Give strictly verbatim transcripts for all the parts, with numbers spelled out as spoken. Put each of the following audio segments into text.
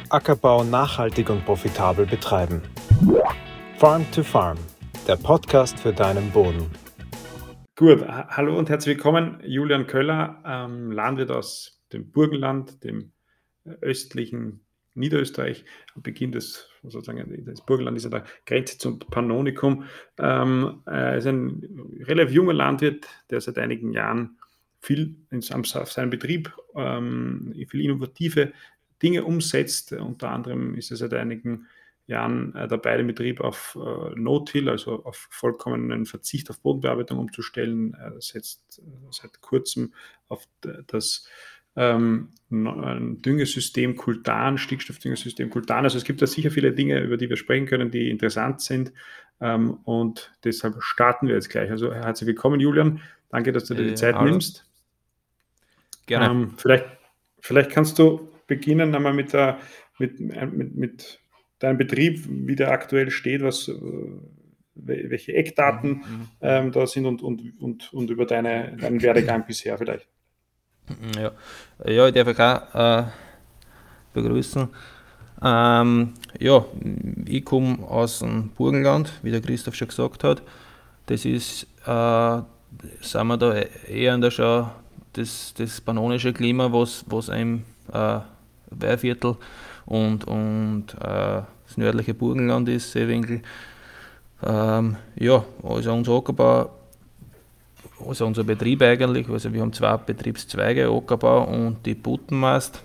Ackerbau nachhaltig und profitabel betreiben. Farm to Farm, der Podcast für deinen Boden. Gut, ha- hallo und herzlich willkommen. Julian Köller, ähm, Landwirt aus dem Burgenland, dem äh, östlichen Niederösterreich. Am Beginn des, sozusagen, das Burgenland ist ja der Grenze zum Pannonikum. Ähm, er ist ein relativ junger Landwirt, der seit einigen Jahren viel in, seinem- auf seinem Betrieb ähm, viel innovative Dinge umsetzt. Unter anderem ist er seit einigen Jahren äh, dabei, den Betrieb auf äh, No-Till, also auf vollkommenen Verzicht auf Bodenbearbeitung umzustellen. Er setzt äh, seit kurzem auf d- das ähm, no- ein Düngesystem Kultan, Stickstoffdüngesystem Kultan. Also es gibt da sicher viele Dinge, über die wir sprechen können, die interessant sind. Ähm, und deshalb starten wir jetzt gleich. Also herzlich willkommen, Julian. Danke, dass du dir die Äh, Zeit hallo, nimmst. gerne. Ähm, vielleicht, vielleicht kannst du beginnen einmal mit, der, mit, mit, mit deinem Betrieb, wie der aktuell steht, was, äh, wel- welche Eckdaten Mhm, mhm, ähm, da sind und, und, und, und über deine, deinen Werdegang bisher vielleicht. mhm, ja. Ja, ich darf euch auch äh, begrüßen. Ähm, ja, ich komme aus dem Burgenland, wie der Christoph schon gesagt hat. Das ist, äh, sind wir da eher in der Schau, das, das pannonische Klima, was, was im äh, Weihviertel und, und äh, das nördliche Burgenland ist, Seewinkel. Ähm, ja, also unser Ackerbau, also unser Betrieb eigentlich, also wir haben zwei Betriebszweige, Ackerbau und die Buttenmast.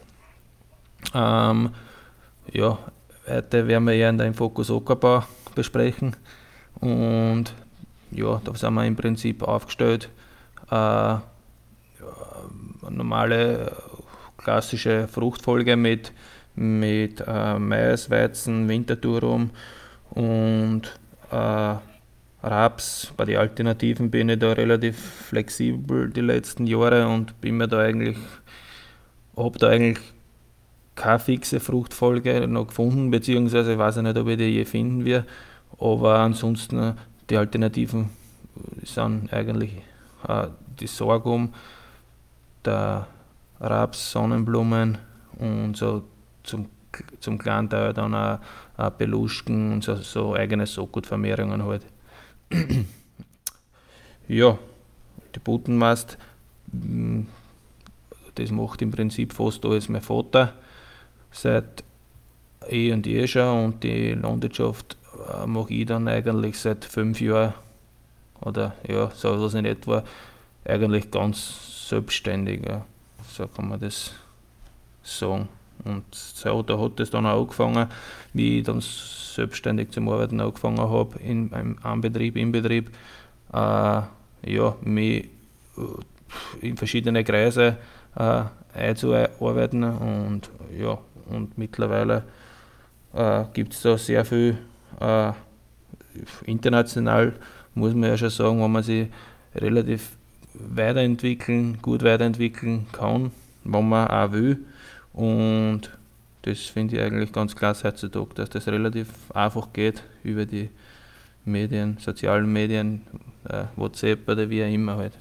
Ähm, ja, heute werden wir eher in den Fokus Ackerbau besprechen und ja, da sind wir im Prinzip aufgestellt. Äh, ja, eine normale klassische Fruchtfolge mit, mit äh, Mais, Weizen, Winterdurum und äh, Raps. Bei den Alternativen bin ich da relativ flexibel die letzten Jahre und bin mir da eigentlich, habe da eigentlich keine fixe Fruchtfolge noch gefunden, beziehungsweise weiß ich nicht, ob ich die je finden werde. Aber ansonsten die Alternativen sind eigentlich äh, die Sorghum, der Raps, Sonnenblumen und so zum, zum kleinen Teil dann auch, auch Beluschen und so, so eigene Saatgutvermehrungen halt. Ja, die Buttenmast, mm, das macht im Prinzip fast alles mein Vater seit eh und je schon, und die Landwirtschaft äh, mache ich dann eigentlich seit fünf Jahren oder ja, so was in etwa, eigentlich ganz selbstständig, ja. So kann man das sagen. Und so, da hat es dann auch angefangen, wie ich dann selbstständig zum Arbeiten angefangen habe, in einem Anbetrieb, im Betrieb, äh, ja, mich äh, in verschiedene Kreise äh, einzuarbeiten, und ja, und mittlerweile äh, gibt es da sehr viel äh, international, muss man ja schon sagen, wo man sich relativ weiterentwickeln, gut weiterentwickeln kann, wenn man auch will. Und das finde ich eigentlich ganz klasse heutzutage, dass das relativ einfach geht über die Medien, sozialen Medien, äh, WhatsApp oder wie auch immer halt.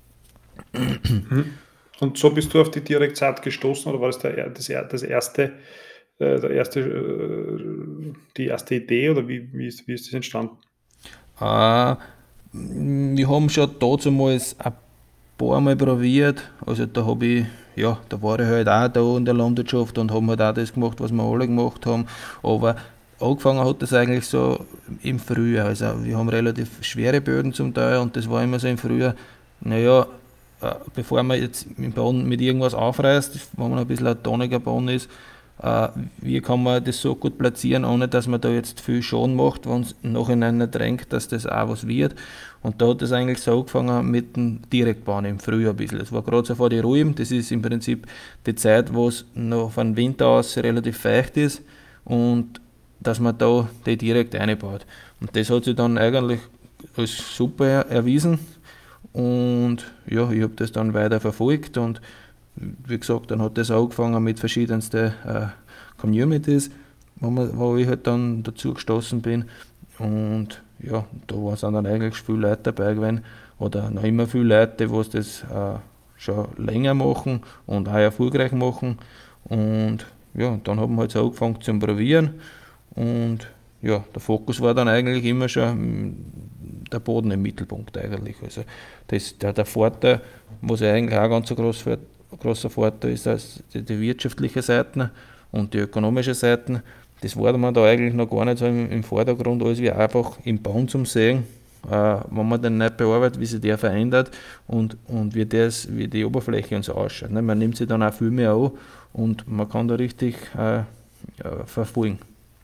Mhm. Und so bist du auf die Direktsaat gestoßen, oder war das der, das, er- das erste, äh, der erste, äh, die erste Idee, oder wie, wie, ist, wie ist das entstanden? Äh, wir haben schon damals ein paar Mal probiert. Also da habe ich, ja, da war ich halt auch da in der Landwirtschaft und haben halt auch das gemacht, was wir alle gemacht haben. Aber angefangen hat das eigentlich so im Frühjahr. Also wir haben relativ schwere Böden zum Teil, und das war immer so im Frühjahr, naja, äh, bevor man jetzt im Boden mit irgendwas aufreißt, wenn man ein bisschen ein toniger Boden ist, äh, wie kann man das so gut platzieren, ohne dass man da jetzt viel Schaden macht, wenn es im Nachhinein nicht denkt, dass das auch was wird. Und da hat es eigentlich so angefangen mit dem Direktbauen im Frühjahr ein bisschen. Das war gerade so vor die Ruhe. Das ist im Prinzip die Zeit, wo es noch von Winter aus relativ feucht ist, und dass man da die direkt einbaut. Und das hat sich dann eigentlich als super erwiesen. Und ja, ich habe das dann weiter verfolgt, und wie gesagt, dann hat das angefangen mit verschiedensten äh, Communities, wo, man, wo ich halt dann dazu gestoßen bin. Und ja, da waren dann eigentlich viele Leute dabei gewesen, oder noch immer viele Leute, die was das äh, schon länger machen und auch erfolgreich machen. Und ja, dann haben wir halt so angefangen zu probieren und ja, der Fokus war dann eigentlich immer schon der Boden im Mittelpunkt eigentlich. Also das, der, der Vorteil, was ja eigentlich auch ein ganz groß, großer Vorteil ist, dass die, die wirtschaftliche Seite und die ökonomische Seite, das war man da eigentlich noch gar nicht so im, im Vordergrund, als wir einfach im Baum zum Sehen, äh, wenn man den nicht bearbeitet, wie sich der verändert und, und wie, das, wie die Oberfläche und so ausschaut. Ne? Man nimmt sie dann auch viel mehr an und man kann da richtig äh, ja, verfolgen.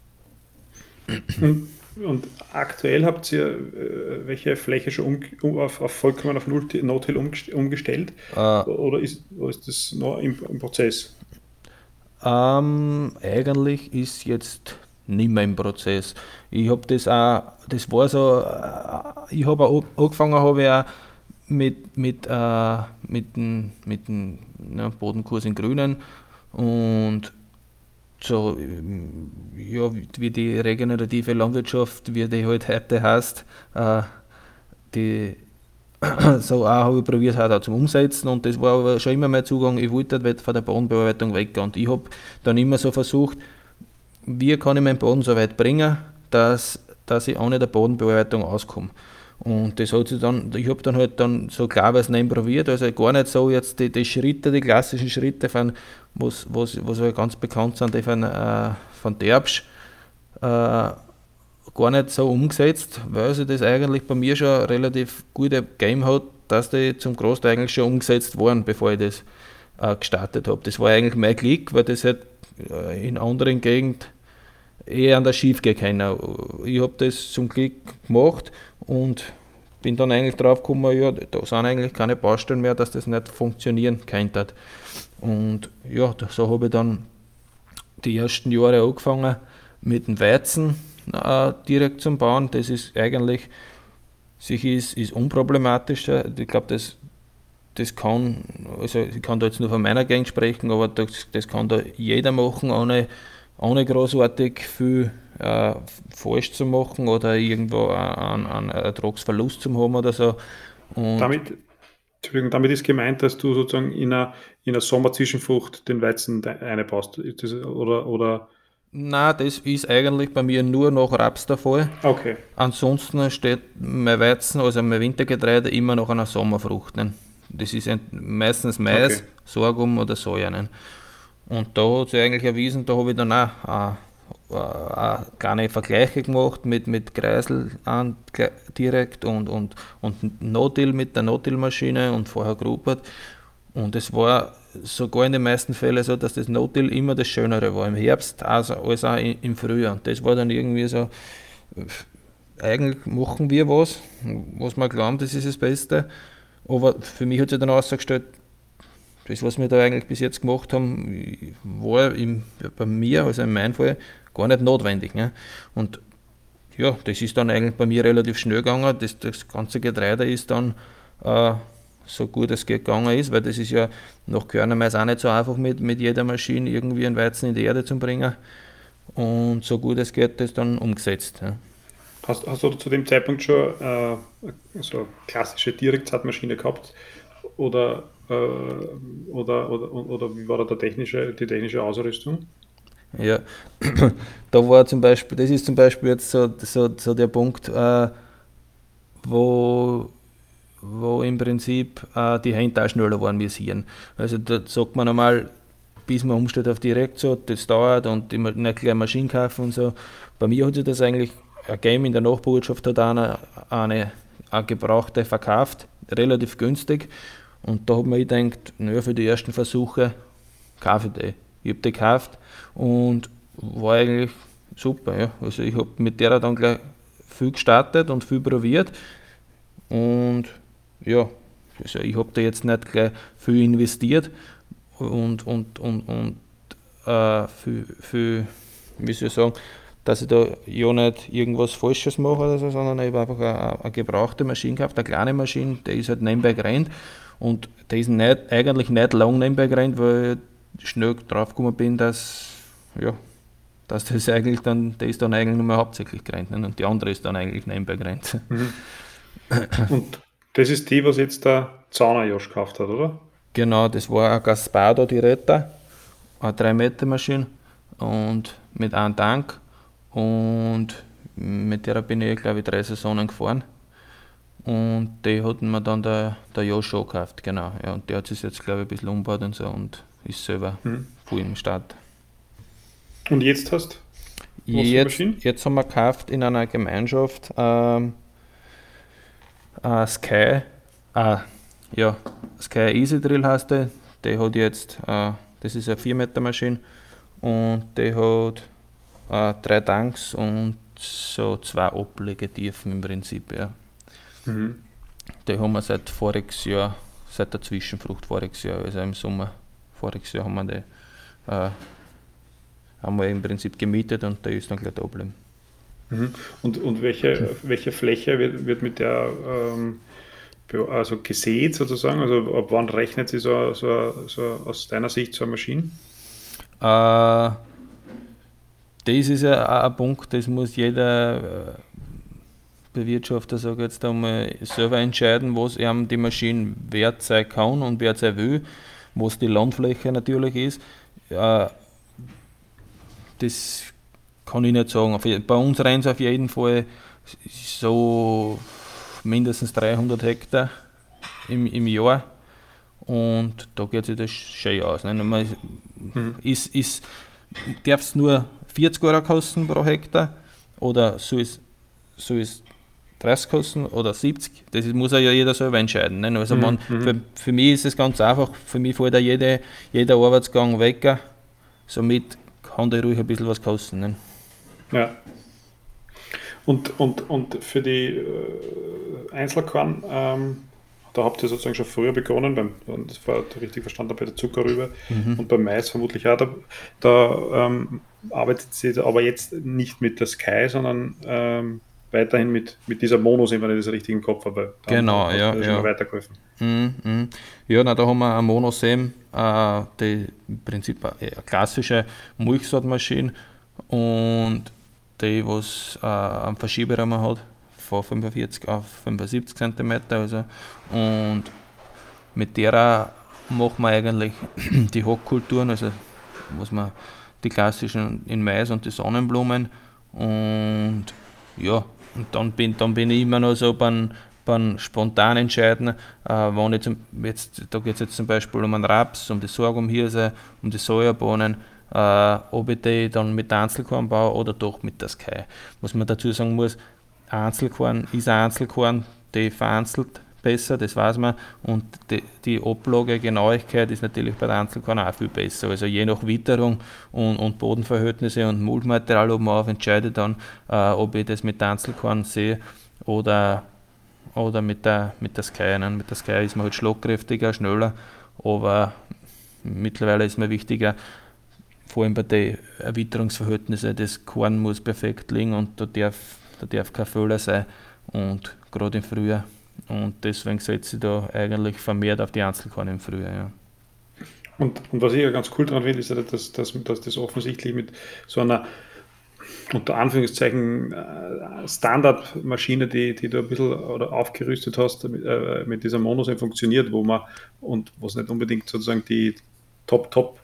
Und, und aktuell habt ihr äh, welche Fläche schon um, auf, auf vollkommen auf No-Till umgestellt? Äh, oder, ist, oder ist das noch im, im Prozess? Ähm, eigentlich ist jetzt nicht mehr im Prozess. Ich habe das auch, das war so, äh, ich habe angefangen, habe ich auch mit, mit, äh, mit dem, mit dem ja, Bodenkurs in Grünen und so, ja, wie die regenerative Landwirtschaft, wie die halt heute heißt, äh, die so auch habe ich probiert halt auch zum Umsetzen und das war aber schon immer mein Zugang, ich wollte halt von der Bodenbearbeitung weggehen und ich habe dann immer so versucht, wie kann ich meinen Boden so weit bringen, dass, dass ich ohne der Bodenbearbeitung auskomme. Und das hat sich dann, ich habe dann halt dann so klarweise nicht probiert, also gar nicht so jetzt die, die Schritte, die klassischen Schritte von, was, was, was halt ganz bekannt sind, die von, äh, von Derbsch, äh, gar nicht so umgesetzt, weil sich das eigentlich bei mir schon relativ gut gegeben hat, dass die zum Großteil eigentlich schon umgesetzt waren, bevor ich das äh, gestartet habe. Das war eigentlich mein Glück, weil das halt äh, in anderen Gegenden eher an der schief gehen kann. Ich habe das zum Glück gemacht und bin dann eigentlich drauf gekommen, ja, da sind eigentlich keine Baustellen mehr, dass das nicht funktionieren könnte. Und ja, so habe ich dann die ersten Jahre angefangen mit dem Weizen äh, direkt zum Bauen. Das ist eigentlich, sich ist, ist unproblematisch. Ich glaube, das, das kann, also ich kann da jetzt nur von meiner Gegend sprechen, aber das, das kann da jeder machen, ohne, ohne großartig viel äh, falsch zu machen oder irgendwo einen, einen Ertragsverlust zu haben oder so. Und damit, Entschuldigung, damit ist gemeint, dass du sozusagen in einer, in einer Sommerzwischenfrucht den Weizen einbaust. Das, oder, oder Nein, das ist eigentlich bei mir nur nach Raps der Fall. Okay. Ansonsten steht mein Weizen, also mein Wintergetreide, immer nach einer Sommerfrucht. Ne? Das ist meistens Mais, okay. Sorghum oder Soja. Ne? Und da hat sich eigentlich erwiesen, da habe ich dann auch äh, äh, kleine Vergleiche gemacht mit, mit Kreisel an, direkt und, und, und No-Till mit der No-Till-Maschine und vorher Gruppert. Und es war sogar in den meisten Fällen so, dass das No-Till immer das Schönere war, im Herbst also, als auch im Frühjahr. Und das war dann irgendwie so, eigentlich machen wir was, was wir glauben, das ist das Beste. Aber für mich hat sich dann herausgestellt, das, was wir da eigentlich bis jetzt gemacht haben, war im, bei mir, also in meinem Fall, gar nicht notwendig. Ne? Und ja, das ist dann eigentlich bei mir relativ schnell gegangen. Das, das ganze Getreide ist dann äh, so gut es geht gegangen ist, weil das ist ja nach Körnermais auch nicht so einfach mit, mit jeder Maschine irgendwie einen Weizen in die Erde zu bringen. Und so gut es geht, das dann umgesetzt. Ja. Hast, hast du zu dem Zeitpunkt schon äh, so eine klassische Direktsaatmaschine gehabt? Oder, äh, oder, oder, oder wie war da der technische, die technische Ausrüstung? Ja, da war zum Beispiel, das ist zum Beispiel jetzt so, so, so der Punkt, äh, wo wo im Prinzip äh, die Hände auch schneller waren wie hier. Also da sagt man einmal, bis man umstellt auf Direktsaat, das dauert und immer eine kleine Maschine kaufen und so. Bei mir hat sich das eigentlich ergeben, in der Nachbarwirtschaft hat einer eine, eine gebrauchte verkauft, relativ günstig. Und da hat man gedacht, naja, für die ersten Versuche kaufe ich die. Ich habe die gekauft und war eigentlich super. Ja. Also ich habe mit der dann gleich viel gestartet und viel probiert. Und ja, also ich habe da jetzt nicht gleich viel investiert und, und, und, und äh, viel, viel, wie soll ich sagen, dass ich da ja nicht irgendwas Falsches mache oder so, sondern ich habe einfach eine, eine gebrauchte Maschine gehabt, eine kleine Maschine, die ist halt nebenbei gerannt und die ist nicht, eigentlich nicht lang nebenbei gerannt, weil ich schnell drauf gekommen bin, dass, ja, dass das eigentlich dann, die ist dann eigentlich nur mehr hauptsächlich gerannt und die andere ist dann eigentlich nebenbei gerannt. Mhm. Und das ist die, was jetzt der Zauner Josch gekauft hat, oder? Genau, das war eine Gaspardo Diretta, eine drei Meter Maschine und mit einem Tank, und mit der bin ich, glaube ich, drei Saisonen gefahren. Und die hat mir dann der, der Josh schon gekauft, genau. Ja, und der hat sich jetzt, glaube ich, ein bisschen umgebaut und so und ist selber mhm. voll im Start. Und jetzt hast du jetzt, jetzt haben wir gekauft in einer Gemeinschaft ähm, äh, Sky, äh, ja, Sky Easy Drill heißt die. Die hat jetzt, äh, das ist eine vier Meter Maschine, und die hat äh, drei Tanks und so zwei Ablegetiefen im Prinzip, ja. Mhm. Die haben wir seit voriges Jahr, seit der Zwischenfrucht voriges Jahr, also im Sommer voriges Jahr haben wir die äh, haben wir im Prinzip gemietet, und da ist dann gleich da geblieben. Mhm. Und, und welche, welche Fläche wird, wird mit der ähm, also gesät sozusagen? Also ab wann rechnet sie so, so, so aus deiner Sicht so eine Maschine? Äh, das ist ja auch ein Punkt, das muss jeder äh, Bewirtschafter, sage ich jetzt einmal, selber entscheiden, was ihm die Maschine wert sein kann und wert sein will, was die Landfläche natürlich ist. Äh, das kann ich nicht sagen. Bei uns rein es auf jeden Fall so mindestens dreihundert Hektar im, im Jahr, und da geht sich das schön aus. Ne? Man mhm. ist, ist, darf es nur vierzig Euro kosten pro Hektar, oder soll es, soll es dreißig kosten oder siebzig? Das muss ja jeder selber entscheiden. Ne? Also mhm. man, für, für mich ist es ganz einfach, für mich fällt da jede, jeder Arbeitsgang weg, somit kann der ruhig ein bisschen was kosten. Ne? Ja. Und, und, und für die äh, Einzelkorn, ähm, da habt ihr sozusagen schon früher begonnen, beim, das war richtig verstanden, bei der Zuckerrübe mhm. und beim Mais vermutlich auch. Da, da ähm, arbeitet sie aber jetzt nicht mit der Sky, sondern ähm, weiterhin mit, mit dieser Monosim, wenn ich das richtig im Kopf habe. Genau, ja. Das ja. schon weitergeholfen. Mhm, mhm. Ja, na, da haben wir eine Monosim, äh, die im Prinzip eine klassische Mulchsaatmaschine, und die, was äh, einen Verschieberaum hat, von fünfundvierzig auf fünfundsiebzig Zentimeter. Also. Und mit der machen wir eigentlich die Hochkulturen, also was man die klassischen in Mais und die Sonnenblumen. Und ja, und dann bin, dann bin ich immer noch so beim, beim spontan entscheiden, äh, wenn ich zum, jetzt, da geht es jetzt zum Beispiel um einen Raps, um die Sorghumhirse, um die Sojabohnen, äh, ob ich die dann mit Einzelkorn baue oder doch mit der Sky. Was man dazu sagen muss, Einzelkorn ist ein Einzelkorn, die vereinzelt besser, das weiß man, und die, die Ablagegenauigkeit ist natürlich bei der Einzelkorn auch viel besser. Also je nach Witterung und, und Bodenverhältnisse und Mulchmaterial oben auf entscheide dann, äh, ob ich das mit der Einzelkorn sehe oder, oder mit der, mit der Sky. Ne? Mit der Sky ist man halt schlagkräftiger, schneller, aber mittlerweile ist mir wichtiger, vor allem bei den Witterungsverhältnissen, das Korn muss perfekt liegen, und da darf, da darf kein Fehler sein, und gerade im Frühjahr. Und deswegen setze ich da eigentlich vermehrt auf die Einzelkorn im Frühjahr. Ja. Und, und was ich ja ganz cool daran finde, ist, dass, dass, dass das offensichtlich mit so einer, unter Anführungszeichen, Standardmaschine, die, die du ein bisschen oder aufgerüstet hast, mit, äh, mit dieser Monosim funktioniert, wo man, und was nicht unbedingt sozusagen die Top-Top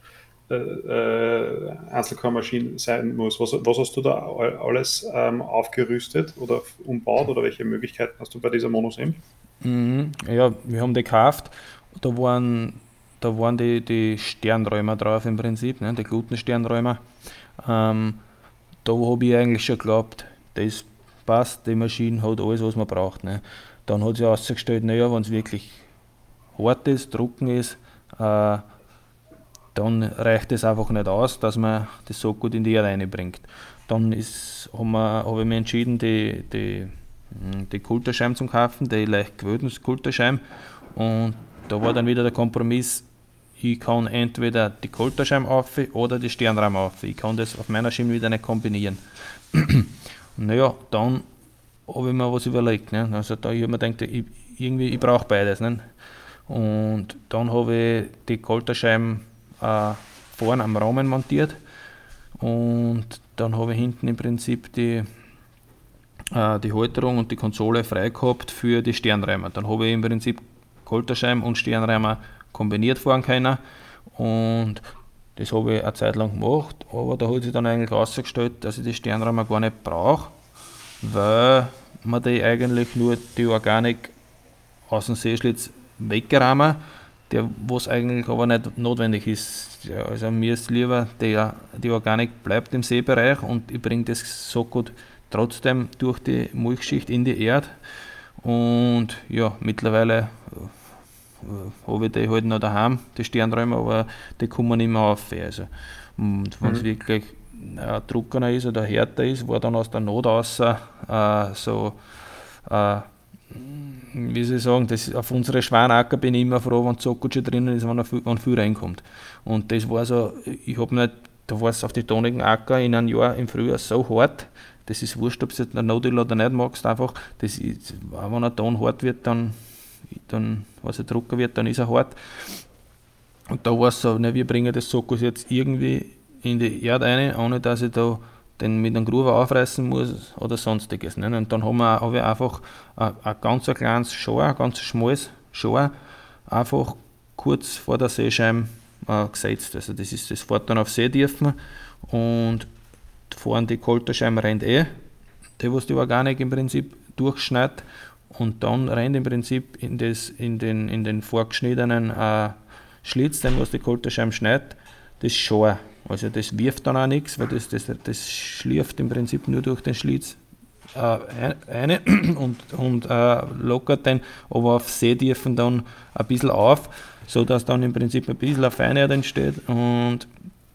Äh, Einzelkornmaschine sein muss. Was, was hast du da alles ähm, aufgerüstet oder umbaut, oder welche Möglichkeiten hast du bei dieser Monosim? Mhm, ja, wir haben die gekauft. Da waren, da waren die, die Sternräumer drauf im Prinzip, ne, die Glutensternräumer. Ähm, da habe ich eigentlich schon geglaubt, das passt, die Maschine hat alles, was man braucht. Ne. Dann hat sich herausgestellt, naja, wenn es wirklich hart ist, trocken ist, äh, dann reicht es einfach nicht aus, dass man das so gut in die Erde reinbringt. Dann ist, haben wir, habe ich mich entschieden, die, die, die Kulterscheiben zu kaufen, die leicht gewöhnten Kulterscheiben. Und da war dann wieder der Kompromiss, ich kann entweder die Kulterscheiben auf oder die Sternrahmen auf. Ich kann das auf meiner Schiene wieder nicht kombinieren. Und naja, dann habe ich mir was überlegt. Ne? Also da habe ich mir gedacht, ich, irgendwie, ich brauche beides. Ne? Und dann habe ich die Kulterscheiben Äh, vorne am Rahmen montiert, und dann habe ich hinten im Prinzip die, äh, die Halterung und die Konsole frei gehabt für die Sternräume. Dann habe ich im Prinzip Kulterscheiben und Sternräume kombiniert fahren können, und Das habe ich eine Zeit lang gemacht, aber da hat sich dann eigentlich herausgestellt, dass ich die Sternräume gar nicht brauche, weil man die eigentlich nur die Organik aus dem Seeschlitz wegräumen, der was eigentlich aber nicht notwendig ist. Ja, also mir ist lieber, der, die Organik bleibt im Seebereich und ich bringe das so gut trotzdem durch die Mulchschicht in die Erde. Und ja, mittlerweile äh, habe ich die halt noch daheim, die Sternräume, aber die kommen nicht mehr auf. Also, und wenn es mhm. wirklich äh, trockener ist oder härter ist, war dann aus der Not raus äh, so, äh, wie soll ich sagen, das, auf unsere Schwanacker bin ich immer froh, wenn Zockert schon drinnen ist, wenn, er viel, wenn viel reinkommt. Und das war so, ich habe nicht, da war es auf die tonigen Acker in einem Jahr im Frühjahr so hart, das ist wurscht, ob du jetzt ein No-Till oder nicht magst, einfach, das ist, wenn ein Ton hart wird, dann, dann was er trocken wird, dann ist er hart. Und da war es so, ne, wir bringen das Sockos jetzt irgendwie in die Erde rein, ohne dass ich da den mit einem Gruber aufreißen muss oder sonstiges. Ne? Und dann haben wir, habe ich einfach ein, ein ganz ein kleines Schor, ein ganz schmales Schor, einfach kurz vor der Seescheibe äh, gesetzt. Also das ist das fährt dann auf See dürfen und vorne die Kolterscheibe rennt eh, die was die Organik im Prinzip durchschneidet und dann rennt im Prinzip in, das, in, den, in den vorgeschnittenen äh, Schlitz, den was die Kolterscheibe schneidet, das Schor. Also das wirft dann auch nichts, weil das, das, das schlürft im Prinzip nur durch den Schlitz äh, eine und, und äh, lockert den, aber auf Seetiefen dann ein bisschen auf, sodass dann im Prinzip ein bisschen eine Feinheit entsteht und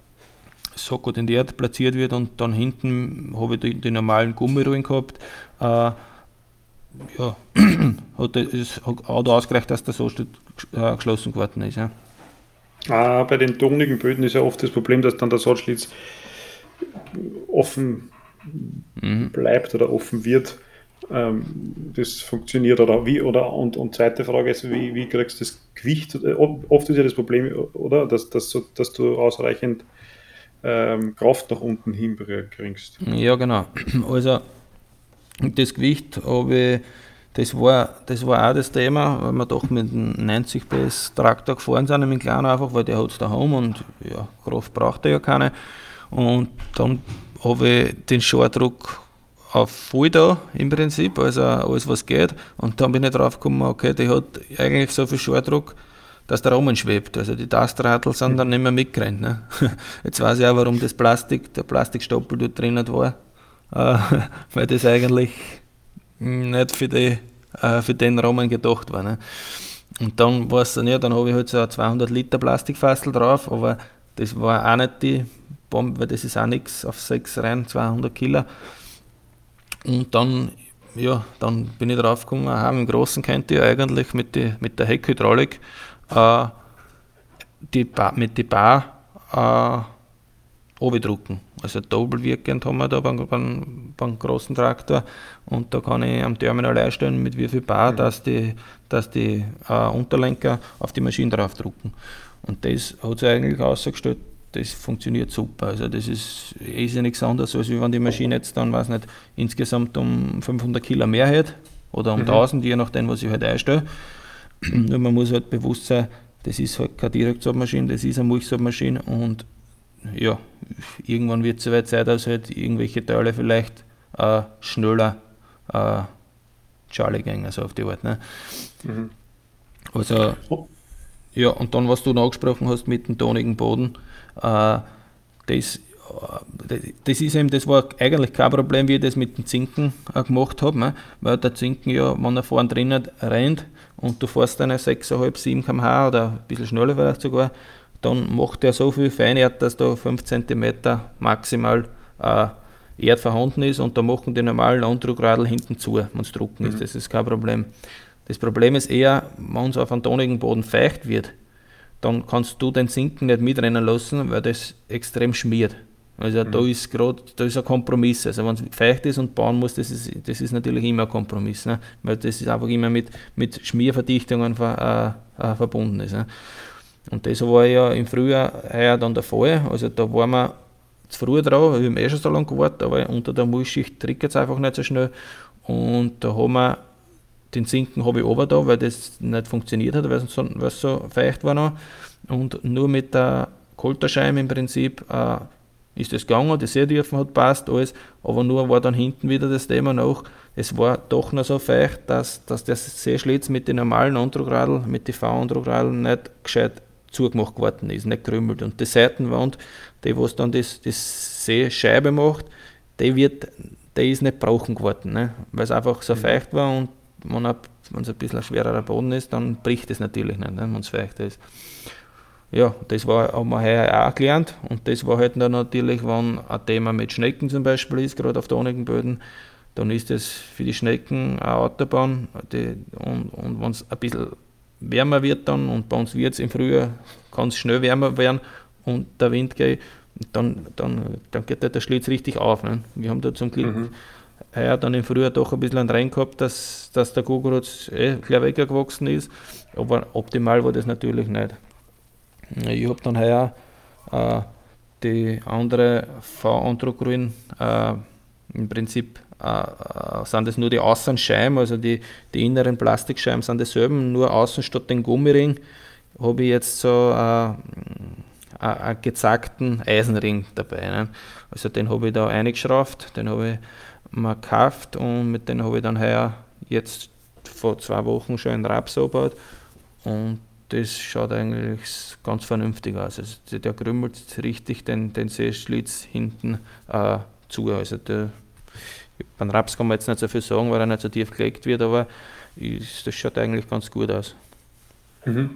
so gut in die Erde platziert wird und dann hinten habe ich die, die normalen Gummirollen gehabt. Äh, ja, hat, es hat ausgereicht, dass der so äh, geschlossen geworden ist. Ja. Ah, bei den tonigen Böden ist ja oft das Problem, dass dann der Saatschlitz offen mhm. bleibt oder offen wird. Ähm, das funktioniert oder wie? Oder und, und zweite Frage ist, wie, wie kriegst du das Gewicht? Oft ist ja das Problem, oder? Dass, dass, dass du ausreichend ähm, Kraft nach unten hin bringst. Ja, genau. Also das Gewicht habe ich. Das war, das war auch das Thema, weil wir doch mit dem neunzig P S Traktor gefahren sind, mit dem Kleinen einfach, weil der hat es daheim und ja, Kraft braucht er ja keine. Und dann habe ich den Schordruck auf voll da im Prinzip, also alles was geht. Und dann bin ich drauf gekommen, okay, die hat eigentlich so viel Schordruck, dass der Rahmen schwebt. Also die Tastradl sind dann nicht mehr mitgerannt. Ne? Jetzt weiß ich auch, warum das Plastik, der Plastikstapel dort drinnen war, äh, weil das eigentlich nicht für, die, äh, für den Rahmen gedacht war. Ne? Und dann war es dann, ja, dann habe ich halt so ein zweihundert Liter Plastikfassel drauf, aber das war auch nicht die Bombe, weil das ist auch nichts auf sechs rein, zweihundert Kilo. Und dann, ja, dann bin ich drauf gekommen, aha, im Großen könnt ihr eigentlich mit, die, mit der Heckhydraulik äh, die ba- mit die Bar äh, runterdrücken. Also doppelwirkend haben wir da beim, beim, beim großen Traktor und da kann ich am Terminal einstellen, mit wie viel Bar, mhm. dass die, dass die äh, Unterlenker auf die Maschine draufdrucken. Und das hat sich eigentlich ausgestellt, das funktioniert super. Also das ist, ist ja nichts anderes, als wenn die Maschine jetzt dann, weiß nicht, insgesamt um fünfhundert Kilo mehr hat oder um mhm. tausend, je nachdem, was ich halt einstelle. Nur man muss halt bewusst sein, das ist halt keine Direktsaatmaschine, das ist eine Mulchsaatmaschine und ja, irgendwann wird es so weit sein, dass halt irgendwelche Teile vielleicht äh, schneller äh, Charlie gehen, also auf die Art. Ne? Mhm. Also, ja, und dann, was du noch angesprochen hast mit dem tonigen Boden, äh, das, das ist eben, das war eigentlich kein Problem, wie ich das mit dem Zinken äh, gemacht habe, ne? Weil der Zinken ja, wenn er vorne drinnen rennt und du fährst eine sechs Komma fünf, sieben Kilometer pro Stunde oder ein bisschen schneller vielleicht sogar, dann macht er so viel Feinerd, dass da fünf Zentimeter maximal äh, Erd vorhanden ist und da machen die normalen Andruckradl hinten zu, wenn es trocken mhm. ist. Das ist kein Problem. Das Problem ist eher, wenn es auf einem tonigen Boden feucht wird, dann kannst du den Zinken nicht mitrennen lassen, weil das extrem schmiert. Also mhm. da ist gerade, da ist ein Kompromiss. Also wenn es feucht ist und bauen muss, das ist, das ist natürlich immer ein Kompromiss, ne? Weil das ist einfach immer mit, mit Schmierverdichtungen ver, äh, äh, verbunden ist. Ne? Und das war ja im Frühjahr heuer dann der Fall. Also da waren wir zu früh dran, wir haben eh schon so lange gewartet, aber unter der Mulchschicht triggert es einfach nicht so schnell. Und da haben wir den Zinken habe ich oben da, weil das nicht funktioniert hat, weil es so, weil es so feucht war noch. Und nur mit der Kolterscheim im Prinzip, äh, ist das gegangen, die Seetiefen hat passt, alles, aber nur war dann hinten wieder das Thema noch, es war doch noch so feucht, dass, dass der Seeschlitz mit den normalen Antragradl, mit den V-Antragradl nicht gescheit zugemacht geworden ist, nicht gerümmelt. Und die Seitenwand, die was dann das, das Seescheibe macht, die, wird, die ist nicht brauchen geworden, ne? Weil es einfach so mhm. feucht war und wenn es ein bisschen ein schwererer Boden ist, dann bricht es natürlich nicht, ne? Wenn es feucht ist. Ja, das war, haben wir heuer auch gelernt und das war halt dann natürlich, wenn ein Thema mit Schnecken zum Beispiel ist, gerade auf tonigen Böden, dann ist das für die Schnecken eine Autobahn die, und, und wenn es ein bisschen wärmer wird dann und bei uns wird es im Frühjahr, kann es schnell wärmer werden und der Wind geht, dann, dann, dann geht der Schlitz richtig auf. Ne? Wir haben da zum Glück mhm. heuer dann im Frühjahr doch ein bisschen einen rein gehabt, dass, dass der Kugelrutz eh gleich weggewachsen ist, aber optimal war das natürlich nicht. Ich habe dann heuer äh, die andere V-Antraggrün, äh, im Prinzip äh, äh, sind das nur die Außenscheiben, also die, die inneren Plastikscheiben sind dieselben, nur außen statt den Gummiring habe ich jetzt so äh, einen gezackten Eisenring dabei. Ne? Also den habe ich da eingeschraubt, den habe ich mir gekauft und mit dem habe ich dann heuer jetzt vor zwei Wochen schon einen Raps angebaut und das schaut eigentlich ganz vernünftig aus. Also der krümmelt richtig den, den Seeschlitz hinten äh, zu. Also der, beim Raps kann man jetzt nicht so viel sagen, weil er nicht so tief gelegt wird, aber ist, das schaut eigentlich ganz gut aus. Mhm.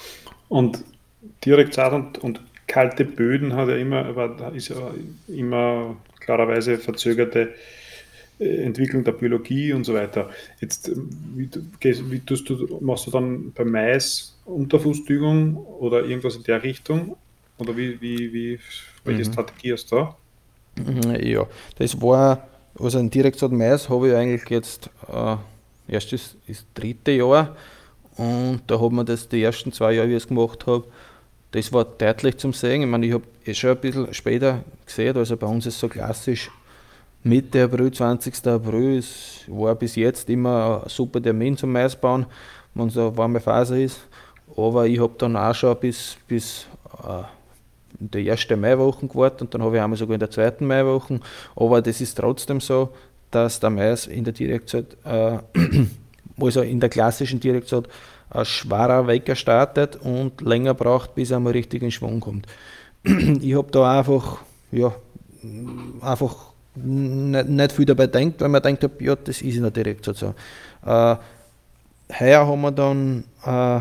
Und direkt Saat und, und kalte Böden hat ja immer, aber ist ja immer klarerweise verzögerte Entwicklung der Biologie und so weiter. Jetzt, wie, wie tust du, machst du dann beim Mais Unterfußdüngung oder irgendwas in der Richtung? Oder wie, wie, wie welche mhm. Strategie hast du da? Ja, das war, also ein Direktsaat Mais habe ich eigentlich jetzt äh, erst das, das dritte Jahr und da hat man das die ersten zwei Jahre, wie ich es gemacht habe, das war deutlich zum Sehen. Ich meine, ich habe eh schon ein bisschen später gesehen, also bei uns ist es so klassisch, Mitte April, zwanzigsten April, es war bis jetzt immer ein super Termin zum Mais bauen, wenn es eine warme Phase ist. Aber ich habe dann auch schon bis, bis äh, in der ersten Maiwoche gewartet und dann habe ich einmal sogar in der zweiten Maiwoche. Aber das ist trotzdem so, dass der Mais in der Direktsaat, äh, also in der klassischen Direktsaat, äh, schwerer Wecker startet und länger braucht, bis er mal richtig in Schwung kommt. Ich habe da einfach, ja, einfach Nicht, nicht viel dabei denkt, weil man denkt, ja, das ist in der Direktsaat so. Äh, heuer haben wir dann äh,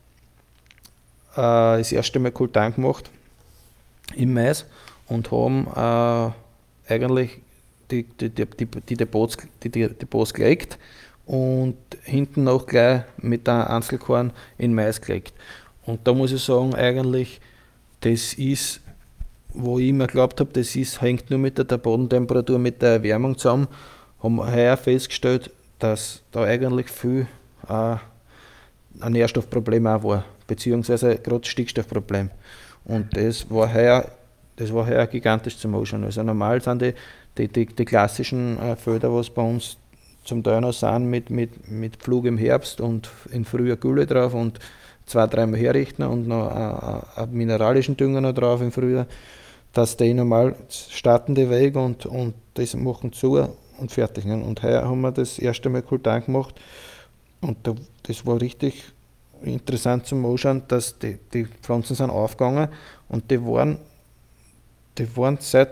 äh, das erste Mal Kultan gemacht im Mais und haben äh, eigentlich die, die, die, die, Depots, die, die Depots gelegt und hinten auch gleich mit der Einzelkorn in Mais gelegt. Und da muss ich sagen, eigentlich, das ist, wo ich immer geglaubt habe, das ist, hängt nur mit der, der Bodentemperatur, mit der Erwärmung zusammen, haben wir heuer festgestellt, dass da eigentlich viel äh, ein Nährstoffproblem auch war, beziehungsweise gerade Stickstoffproblem. Und das war heuer, das war heuer gigantisch zum Anschauen. Also normal sind die, die, die, die klassischen äh, Felder, was bei uns zum Teil noch sind, mit, mit, mit Pflug im Herbst und im Frühjahr Gülle drauf und zwei, dreimal herrichten und noch einen mineralischen Dünger noch drauf im Frühjahr, dass die normal starten die Weg und, und das machen zu und fertig. Und heuer haben wir das erste Mal Kultan gemacht und da, das war richtig interessant zum Anschauen, dass die, die Pflanzen sind aufgegangen und die waren, die waren seit,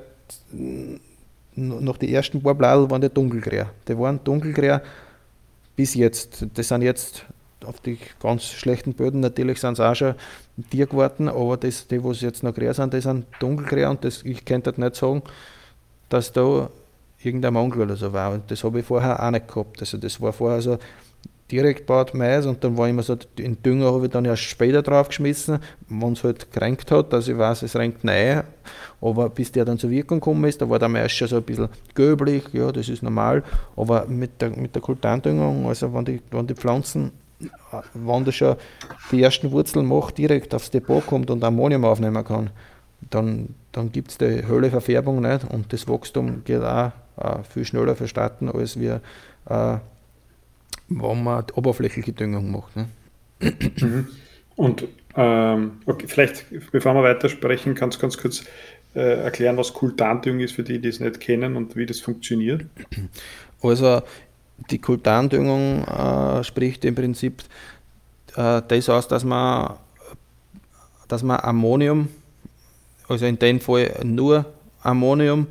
nach die ersten paar Blätter waren die dunkelgrau. Die waren dunkelgrau bis jetzt. Die sind jetzt auf die ganz schlechten Böden, natürlich sind es auch schon Tier geworden, aber das, die, die jetzt noch grau sind, die sind dunkelgrau und das, ich könnte nicht sagen, dass da irgendein Mangel oder so war. Und das habe ich vorher auch nicht gehabt. Also das war vorher so direkt gebaut Mais und dann war immer so, den Dünger habe ich dann erst später drauf geschmissen, wenn es halt gerenkt hat, also ich weiß, es renkt rein, aber bis der dann zur Wirkung gekommen ist, da war der Mais schon so ein bisschen gelblich, ja, das ist normal, aber mit der, mit der Kultandüngung, also wenn die, wenn die Pflanzen, wenn das schon die ersten Wurzeln macht, direkt aufs Depot kommt und Ammonium aufnehmen kann, dann, dann gibt es die Hölleverfärbung nicht und das Wachstum geht auch, auch viel schneller verstatten, als wir äh, wenn man die oberflächliche Düngung macht. Ne? Und Ähm, okay, vielleicht, bevor wir weitersprechen, kannst du ganz kurz äh, erklären, was Kultandüngung ist für die, die es nicht kennen und wie das funktioniert? Also die Kultandüngung äh, spricht im Prinzip äh, das aus, dass man, dass man Ammonium, also in dem Fall nur Ammonium,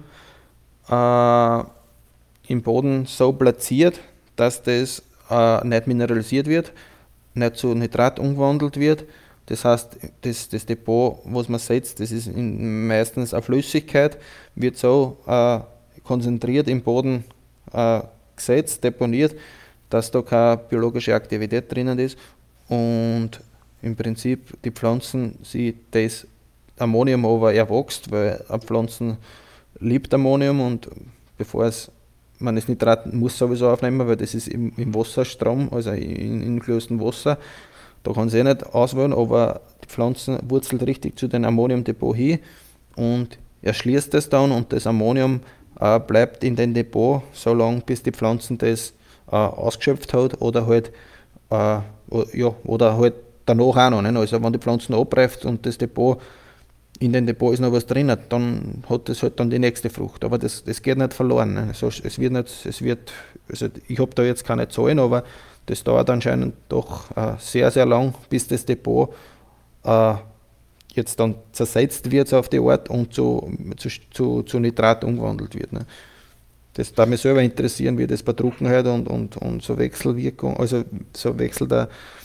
äh, im Boden so platziert, dass das äh, nicht mineralisiert wird, nicht zu Nitrat umgewandelt wird. Das heißt, das, das Depot, was man setzt, das ist in, meistens eine Flüssigkeit, wird so äh, konzentriert im Boden äh, gesetzt, deponiert, dass da keine biologische Aktivität drinnen ist und im Prinzip die Pflanzen sie das Ammonium aber erwächst, weil eine Pflanze liebt Ammonium und bevor es man das Nitrat muss sowieso aufnehmen, weil das ist im, im Wasserstrom, also in, in gelöstem Wasser. Da kann es eh nicht auswählen, aber die Pflanze wurzelt richtig zu dem Ammoniumdepot hin und erschließt es dann und das Ammonium äh, bleibt in dem Depot so lange, bis die Pflanze das äh, ausgeschöpft hat oder halt, äh, ja, oder halt danach auch noch. Nicht? Also wenn die Pflanze abreift und das Depot in dem Depot ist noch was drin, dann hat das halt dann die nächste Frucht. Aber das, das geht nicht verloren. Also es wird nicht, es wird, also ich habe da jetzt keine Zahlen, aber das dauert anscheinend doch äh, sehr, sehr lang, bis das Depot äh, jetzt dann zersetzt wird auf die Art und zu, zu, zu, zu Nitrat umgewandelt wird. Ne. Das darf mich selber interessieren, wie das bei Trockenheit und, und, und so Wechselwirkung, also so Wechsel der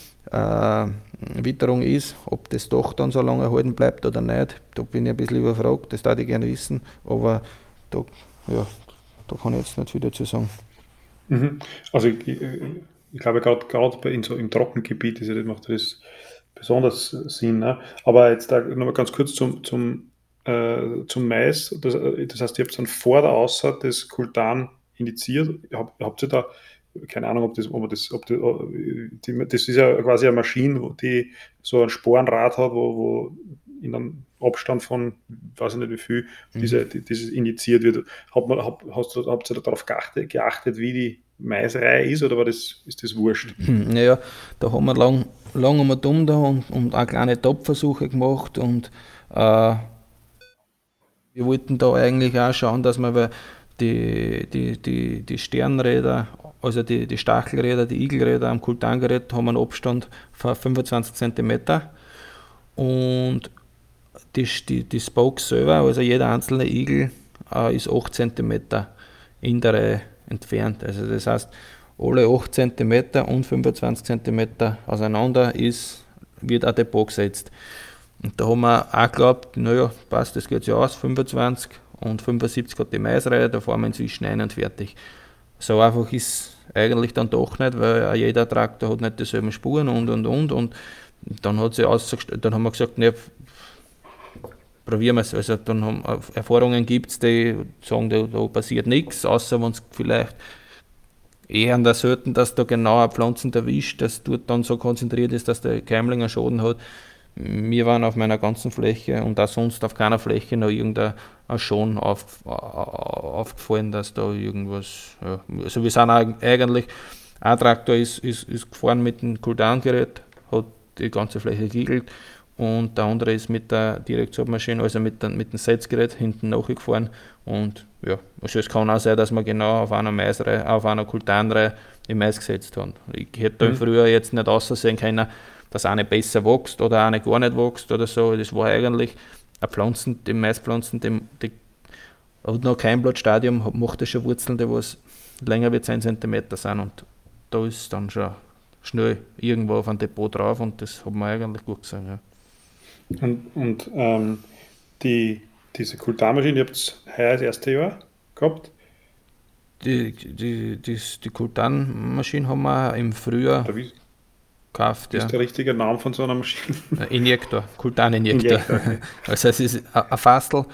äh, Witterung ist, ob das doch dann so lange erhalten bleibt oder nicht. Da bin ich ein bisschen überfragt, das würde ich gerne wissen, aber da, ja, da kann ich jetzt nicht viel dazu sagen. Mhm. Also ich, ich glaube gerade in so im Trockengebiet ist ja, das macht das besonders Sinn. Ne? Aber jetzt da nochmal ganz kurz zum, zum, äh, zum Mais. Das, das heißt, ihr habt dann vor der Aussaat das Kultan indiziert. Hab, habt ihr da, keine Ahnung, ob das, ob das, ob das, die, das ist ja quasi eine Maschine, die so ein Sporenrad hat, wo, wo in einem Abstand von, weiß ich nicht wie viel, Mhm. diese, die, dieses indiziert wird. Hat man, hab, hast du, habt ihr darauf geachtet, geachtet, wie die Maisreihe ist, oder war das, ist das wurscht? Naja, da haben wir lang, lang einmal dumm da und, und auch kleine Topversuche gemacht und äh, wir wollten da eigentlich auch schauen, dass wir die, die, die, die Sternräder, also die, die Stachelräder, die Igelräder am Kultangerät haben einen Abstand von fünfundzwanzig Zentimeter und die, die, die Spokes selber, also jeder einzelne Igel äh, ist acht Zentimeter in der Reihe entfernt. Also das heißt, alle acht Zentimeter und fünfundzwanzig Zentimeter auseinander ist, wird ein Depot gesetzt. Und da haben wir auch geglaubt, naja, passt, das geht ja aus, fünfundzwanzig und fünfundsiebzig hat die Maisreihe, da fahren wir inzwischen ein und fertig. So einfach ist eigentlich dann doch nicht, weil auch jeder Traktor hat nicht dieselben Spuren und und und und dann hat sie ausgestellt, dann haben wir gesagt, ne, probieren wir es. Also dann haben Erfahrungen gibt es, die sagen, da, da passiert nichts, außer wenn es vielleicht eher an der selten, dass da genau eine Pflanze erwischt, dass dort dann so konzentriert ist, dass der Keimling einen Schaden hat. Wir waren auf meiner ganzen Fläche und auch sonst auf keiner Fläche noch irgendein Schaden auf, aufgefallen, dass da irgendwas. Ja. Also wir sind eigentlich, ein Traktor ist, ist, ist gefahren mit dem Kultangerät, hat die ganze Fläche geigelt und der andere ist mit der Direktsaatmaschine, also mit, der, mit dem Setzgerät hinten nachgefahren und ja, also es kann auch sein, dass man genau auf einer Maisreihe, auf einer Kultanreihe die Mais gesetzt hat. Ich hätte mhm. früher jetzt nicht aussehen können, dass eine besser wächst oder eine gar nicht wächst oder so. Das war eigentlich eine Pflanzen, die Maispflanzen, die, die hat noch kein Blattstadium, macht das schon Wurzeln, die was länger wie zehn Zentimeter sind und da ist dann schon schnell irgendwo auf ein Depot drauf und das hat man eigentlich gut gesehen. Ja. Und, und ähm, die, diese Kultanmaschine, ihr habt es heuer das erste Jahr gehabt? Die, die, die, die Kultanmaschine haben wir im Frühjahr gekauft. Das ist ja. der richtige Name von so einer Maschine? Injektor, Kultaninjektor. Okay. Also es ist ein Fastel,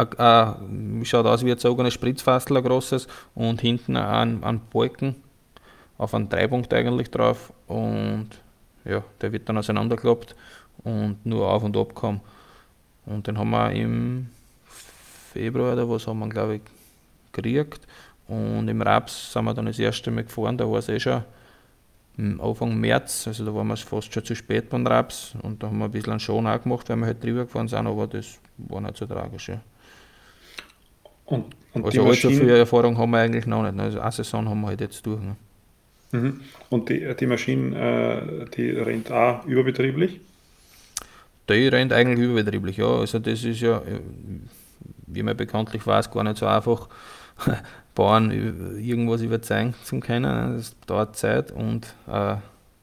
ein, schaut aus wie ein gezogenes Spritzfastel, ein großes, und hinten ein, ein Balken auf einen Dreipunkt eigentlich drauf und ja, der wird dann auseinandergeklappt und nur auf und ab kam. Und den haben wir im Februar oder was haben wir, glaube ich, gekriegt. Und im Raps sind wir dann das erste Mal gefahren, da war es eh schon Anfang März, also da waren wir fast schon zu spät beim Raps und da haben wir ein bisschen einen Schaden auch gemacht, weil wir halt drüber gefahren sind, aber das war nicht so tragisch. Ja. Und, und also allzu viel Erfahrung haben wir eigentlich noch nicht, also eine Saison haben wir halt jetzt durch. Ne? Mhm. Und die, die Maschine, äh, die rennt auch überbetrieblich? Die rennt eigentlich überbetrieblich, ja, also das ist ja, wie man bekanntlich weiß, gar nicht so einfach, Bauern irgendwas überzeugen zu können. Das dauert Zeit und äh, äh,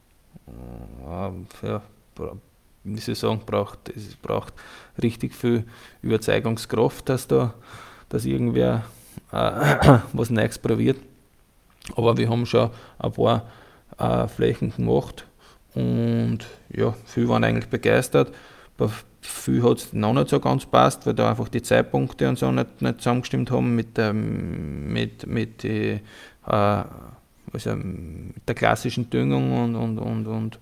ja, wie soll ich sagen, braucht, es braucht richtig viel Überzeugungskraft, dass da dass irgendwer äh, was Neues probiert. Aber wir haben schon ein paar äh, Flächen gemacht und ja, viele waren eigentlich begeistert. Bei viel hat es noch nicht so ganz passt, weil da einfach die Zeitpunkte und so nicht, nicht zusammengestimmt haben mit, ähm, mit, mit, die, äh, also mit der klassischen Düngung und, und, und, und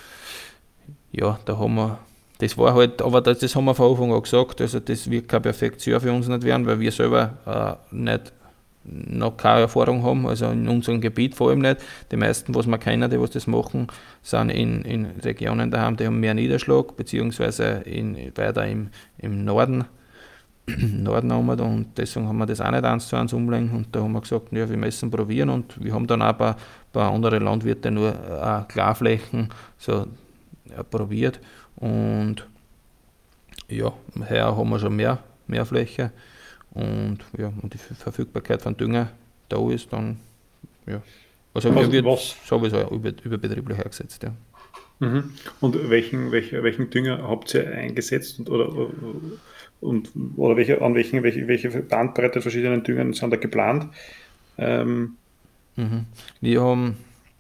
ja, da haben wir, das war halt, aber das, das haben wir von Anfang an gesagt, also das wird keine Perfektion für uns nicht werden, weil wir selber äh, nicht noch keine Erfahrung haben, also in unserem Gebiet vor allem nicht. Die meisten, was wir kennen, die was das machen, sind in, in Regionen daheim, die haben mehr Niederschlag, beziehungsweise in, weiter im, im Norden, Norden haben wir da, und deswegen haben wir das auch nicht eins zu eins umlegen und da haben wir gesagt, ja, wir müssen probieren und wir haben dann auch bei, bei anderen Landwirten nur äh, Klarflächen so äh, probiert und ja, heuer haben wir schon mehr, mehr Fläche. Und ja, und die Verfügbarkeit von Dünger da ist, dann ja. Also was, wird was? sowieso über, überbetrieblich eingesetzt, ja. Mhm. Und welchen, welchen, welchen Dünger habt ihr eingesetzt und, oder, und, oder welche, an welchen, welche, welche Bandbreite verschiedenen Düngern sind da geplant? Ähm. Mhm. Wir haben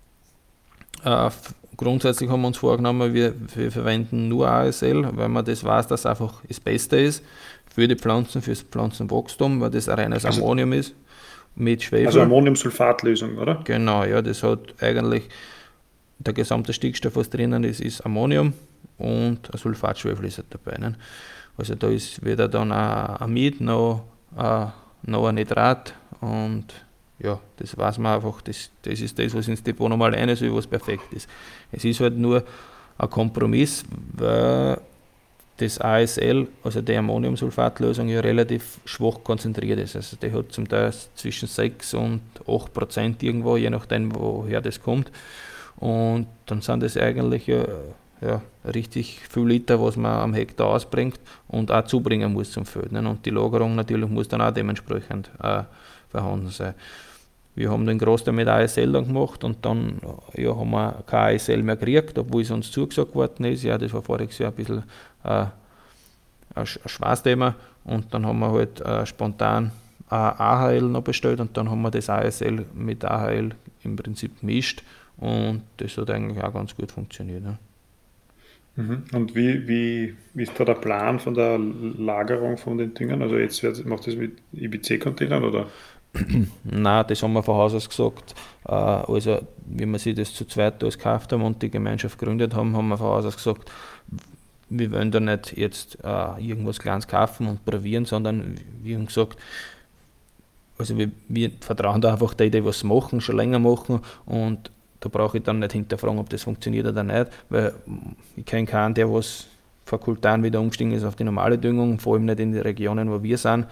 äh, grundsätzlich haben wir uns vorgenommen, wir, wir verwenden nur A S L, weil man das weiß, dass einfach das Beste ist für die Pflanzen, fürs Pflanzenwachstum, weil das ein reines also, Ammonium ist mit Schwefel. Also Ammoniumsulfatlösung, oder? Genau, ja, das hat eigentlich, der gesamte Stickstoff, was drinnen ist, ist Ammonium und ein Sulfatschwefel ist halt dabei. Ne? Also da ist weder dann ein Amid noch, ein, noch ein Nitrat und ja, das weiß man einfach, das, das ist das, was ins Depot nochmal rein soll, was perfekt ist. Es ist halt nur ein Kompromiss, weil das A S L, also die Ammoniumsulfatlösung, ja relativ schwach konzentriert ist. Also die hat zum Teil zwischen sechs und acht Prozent irgendwo, je nachdem, woher das kommt. Und dann sind das eigentlich ja, ja, richtig viel Liter, was man am Hektar ausbringt und auch zubringen muss zum Feld. Ne? Und die Lagerung natürlich muss dann auch dementsprechend äh, vorhanden sein. Wir haben den Großteil mit A S L dann gemacht und dann ja, haben wir kein A S L mehr gekriegt, obwohl es uns zugesagt worden ist. Ja, das war voriges Jahr ein bisschen äh, ein Spaßthema und dann haben wir halt äh, spontan A H L noch bestellt und dann haben wir das A S L mit A H L im Prinzip gemischt und das hat eigentlich auch ganz gut funktioniert. Ne? Mhm. Und wie, wie, wie ist da der Plan von der Lagerung von den Düngern? Also jetzt wird, macht das mit I B C-Containern oder? Nein, das haben wir von Haus aus gesagt. Also, wie wir sich das zu zweit alles gekauft haben und die Gemeinschaft gegründet haben, haben wir von Haus aus gesagt, wir wollen da nicht jetzt äh, irgendwas Kleines kaufen und probieren, sondern wie haben gesagt, also wir, wir vertrauen da einfach die, die was machen, schon länger machen und da brauche ich dann nicht hinterfragen, ob das funktioniert oder nicht, weil ich kenne keinen, der was vor Kultan wieder umgestiegen ist auf die normale Düngung, vor allem nicht in den Regionen, wo wir sind.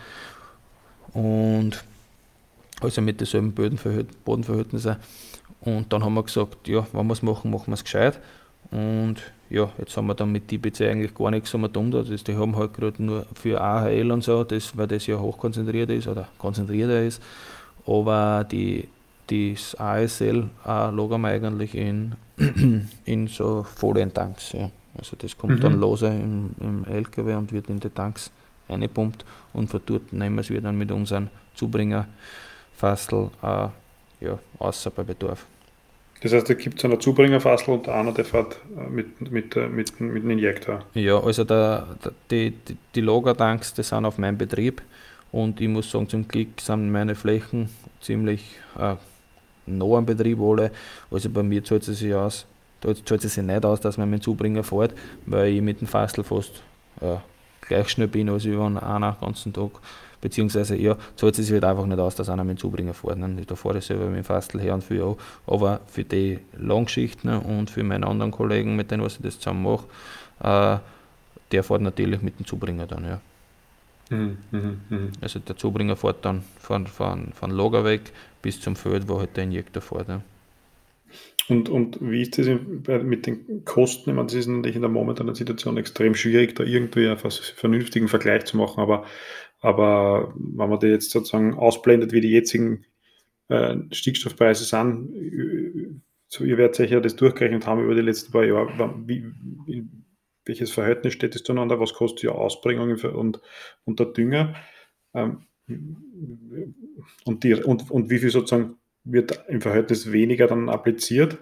Und also mit denselben Bodenverhältnissen. Und dann haben wir gesagt, ja, wenn wir es machen, machen wir es gescheit. Und ja, jetzt haben wir dann mit I B C eigentlich gar nichts getan. Das, die haben halt gerade nur für A H L und so, das, weil das ja hochkonzentriert ist oder konzentrierter ist. Aber die, das A S L äh, lagern wir eigentlich in, in so Folientanks. Ja. Also das kommt mhm. dann lose im, im L K W und wird in die Tanks eingepumpt und von dort nehmen wir es wieder dann mit unseren Zubringer Fassel äh, ja, außer bei Bedarf. Das heißt, da gibt es einen Zubringerfassel und einer, der fährt mit, mit, mit, mit einem Injektor. Ja, also der, der, die, die, die Lagertanks, die sind auf meinem Betrieb und ich muss sagen, zum Glück sind meine Flächen ziemlich äh, nah am Betrieb alle. Also bei mir zahlt es sich aus, da zahlt es sich nicht aus, dass man mit dem Zubringer fährt, weil ich mit dem Fassel fast äh, gleich schnell bin, als wenn einer den ganzen Tag beziehungsweise ja, zahlt es sich halt einfach nicht aus, dass einer mit dem Zubringer fährt. Ne? Da fahre ich selber mit dem Fastel her und viel auch, aber für die Langgeschichten und für meinen anderen Kollegen, mit denen was ich das zusammen mache, äh, der fährt natürlich mit dem Zubringer dann, ja. Mhm, mhm, mhm. Also der Zubringer fährt dann von, von, von Lager weg bis zum Feld, wo halt der Injektor fährt. Ja. Und, und wie ist das mit den Kosten? Ich meine, das ist natürlich in der momentanen Situation extrem schwierig, da irgendwie einen vernünftigen Vergleich zu machen, aber, aber wenn man die jetzt sozusagen ausblendet, wie die jetzigen äh, Stickstoffpreise sind, so, ihr werdet sicher das durchgerechnet haben über die letzten paar Jahre, wie, wie, welches Verhältnis steht das zueinander, was kostet die Ausbringung und, und der Dünger ähm, und, die, und, und wie viel sozusagen wird im Verhältnis weniger dann appliziert?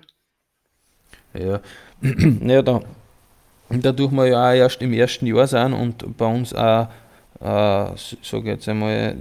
Ja, ja da, dadurch wir ja auch erst im ersten Jahr sind und bei uns auch, äh, sage jetzt einmal,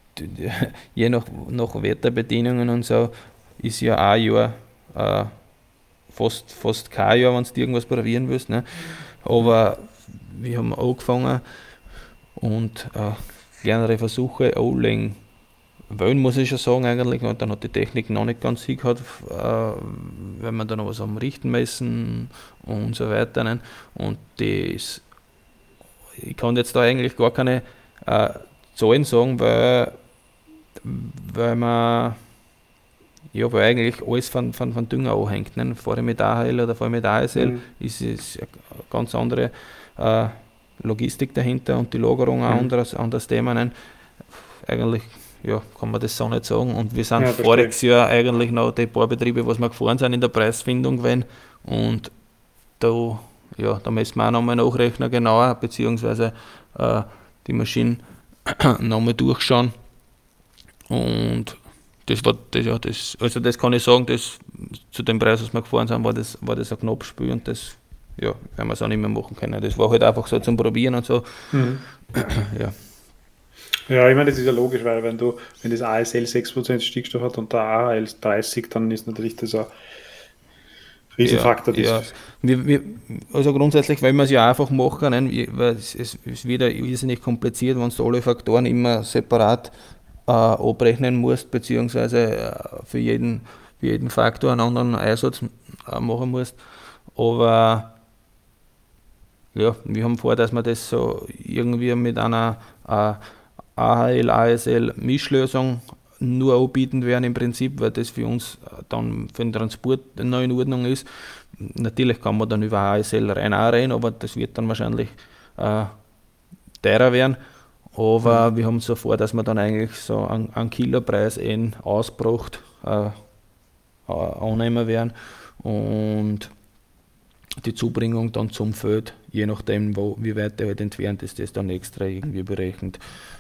je nach, nach Wetterbedingungen und so, ist ja auch ein Jahr äh, fast, fast kein Jahr, wenn du irgendwas probieren willst. Ne? Aber wir haben angefangen und äh, kleinere Versuche anlegen wollen, muss ich schon sagen, eigentlich. Und dann hat die Technik noch nicht ganz hingehört, äh, wenn wir dann noch was am Richten messen und so weiter. Ne? Und das, ich kann jetzt da eigentlich gar keine äh, Zahlen sagen, weil, weil man ja, weil eigentlich alles von, von, von Dünger anhängt. Ne? Fahre ich mit A H L oder fahre ich mit A S L, mhm. ist es eine ganz andere äh, Logistik dahinter und die Lagerung ein mhm. anderes, anderes Thema. Ne? Eigentlich ja, kann man das so nicht sagen. Und wir sind ja, voriges Jahr eigentlich noch die paar Betriebe, was wir gefahren sind, in der Preisfindung gewesen. Und da, ja, da müssen wir auch nochmal nachrechnen genauer, beziehungsweise äh, die Maschine nochmal durchschauen. Und das war das, ja, das, also das kann ich sagen, das, zu dem Preis, was wir gefahren sind, war das, war das ein knappes Spiel und das ja, werden wir es auch nicht mehr machen können. Das war halt einfach so zum Probieren und so. Mhm. Ja. Ja, ich meine, das ist ja logisch, weil wenn du, wenn das A S L sechs Prozent Stickstoff hat und der A H L dreißig, dann ist natürlich das ein Riesenfaktor. Ja, ja. Wir, wir, also grundsätzlich, weil wir es ja einfach machen, ne, weil es, es, es wird ja irrsinnig kompliziert, wenn du alle Faktoren immer separat äh, abrechnen musst, beziehungsweise äh, für, jeden, für jeden Faktor einen anderen Einsatz äh, machen musst. Aber ja, wir haben vor, dass wir das so irgendwie mit einer äh, A H L, A S L Mischlösung nur anbieten werden im Prinzip, weil das für uns dann für den Transport noch in Ordnung ist. Natürlich kann man dann über A S L rein auch rein, aber das wird dann wahrscheinlich äh, teurer werden. Aber mhm. wir haben so vor, dass wir dann eigentlich so einen, einen Kilopreis in ausgebracht äh, annehmen werden und die Zubringung dann zum Feld, je nachdem, wo, wie weit der halt entfernt ist, das dann extra irgendwie berechnet.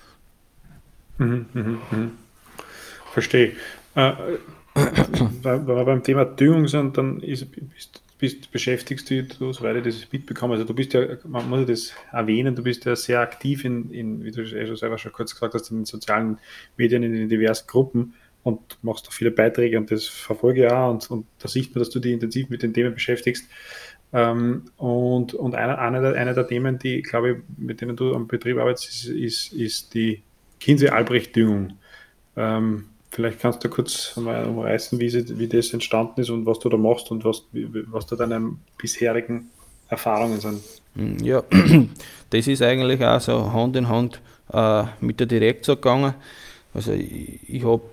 Mhm, mh, mh. Verstehe. Äh, weil wir beim Thema Düngung sind, dann ist, bist, bist, beschäftigst du dich, soweit ich das mitbekomme, also du bist ja, man muss ja das erwähnen, du bist ja sehr aktiv in, in wie du schon selber schon kurz gesagt hast, in den sozialen Medien, in den diversen Gruppen und machst da viele Beiträge und das verfolge ich auch und, und da sieht man, dass du dich intensiv mit den Themen beschäftigst. Ähm, und und einer, einer, der, einer der Themen, die, glaube ich, mit denen du am Betrieb arbeitest, ist, ist, ist die Kinsey-Albrecht-Düngung. Ähm, vielleicht kannst du kurz mal umreißen, wie, sie, wie das entstanden ist und was du da machst und was, wie, was da deine bisherigen Erfahrungen sind. Ja, das ist eigentlich auch so Hand in Hand äh, mit der Direktsaat gegangen. Also ich, ich habe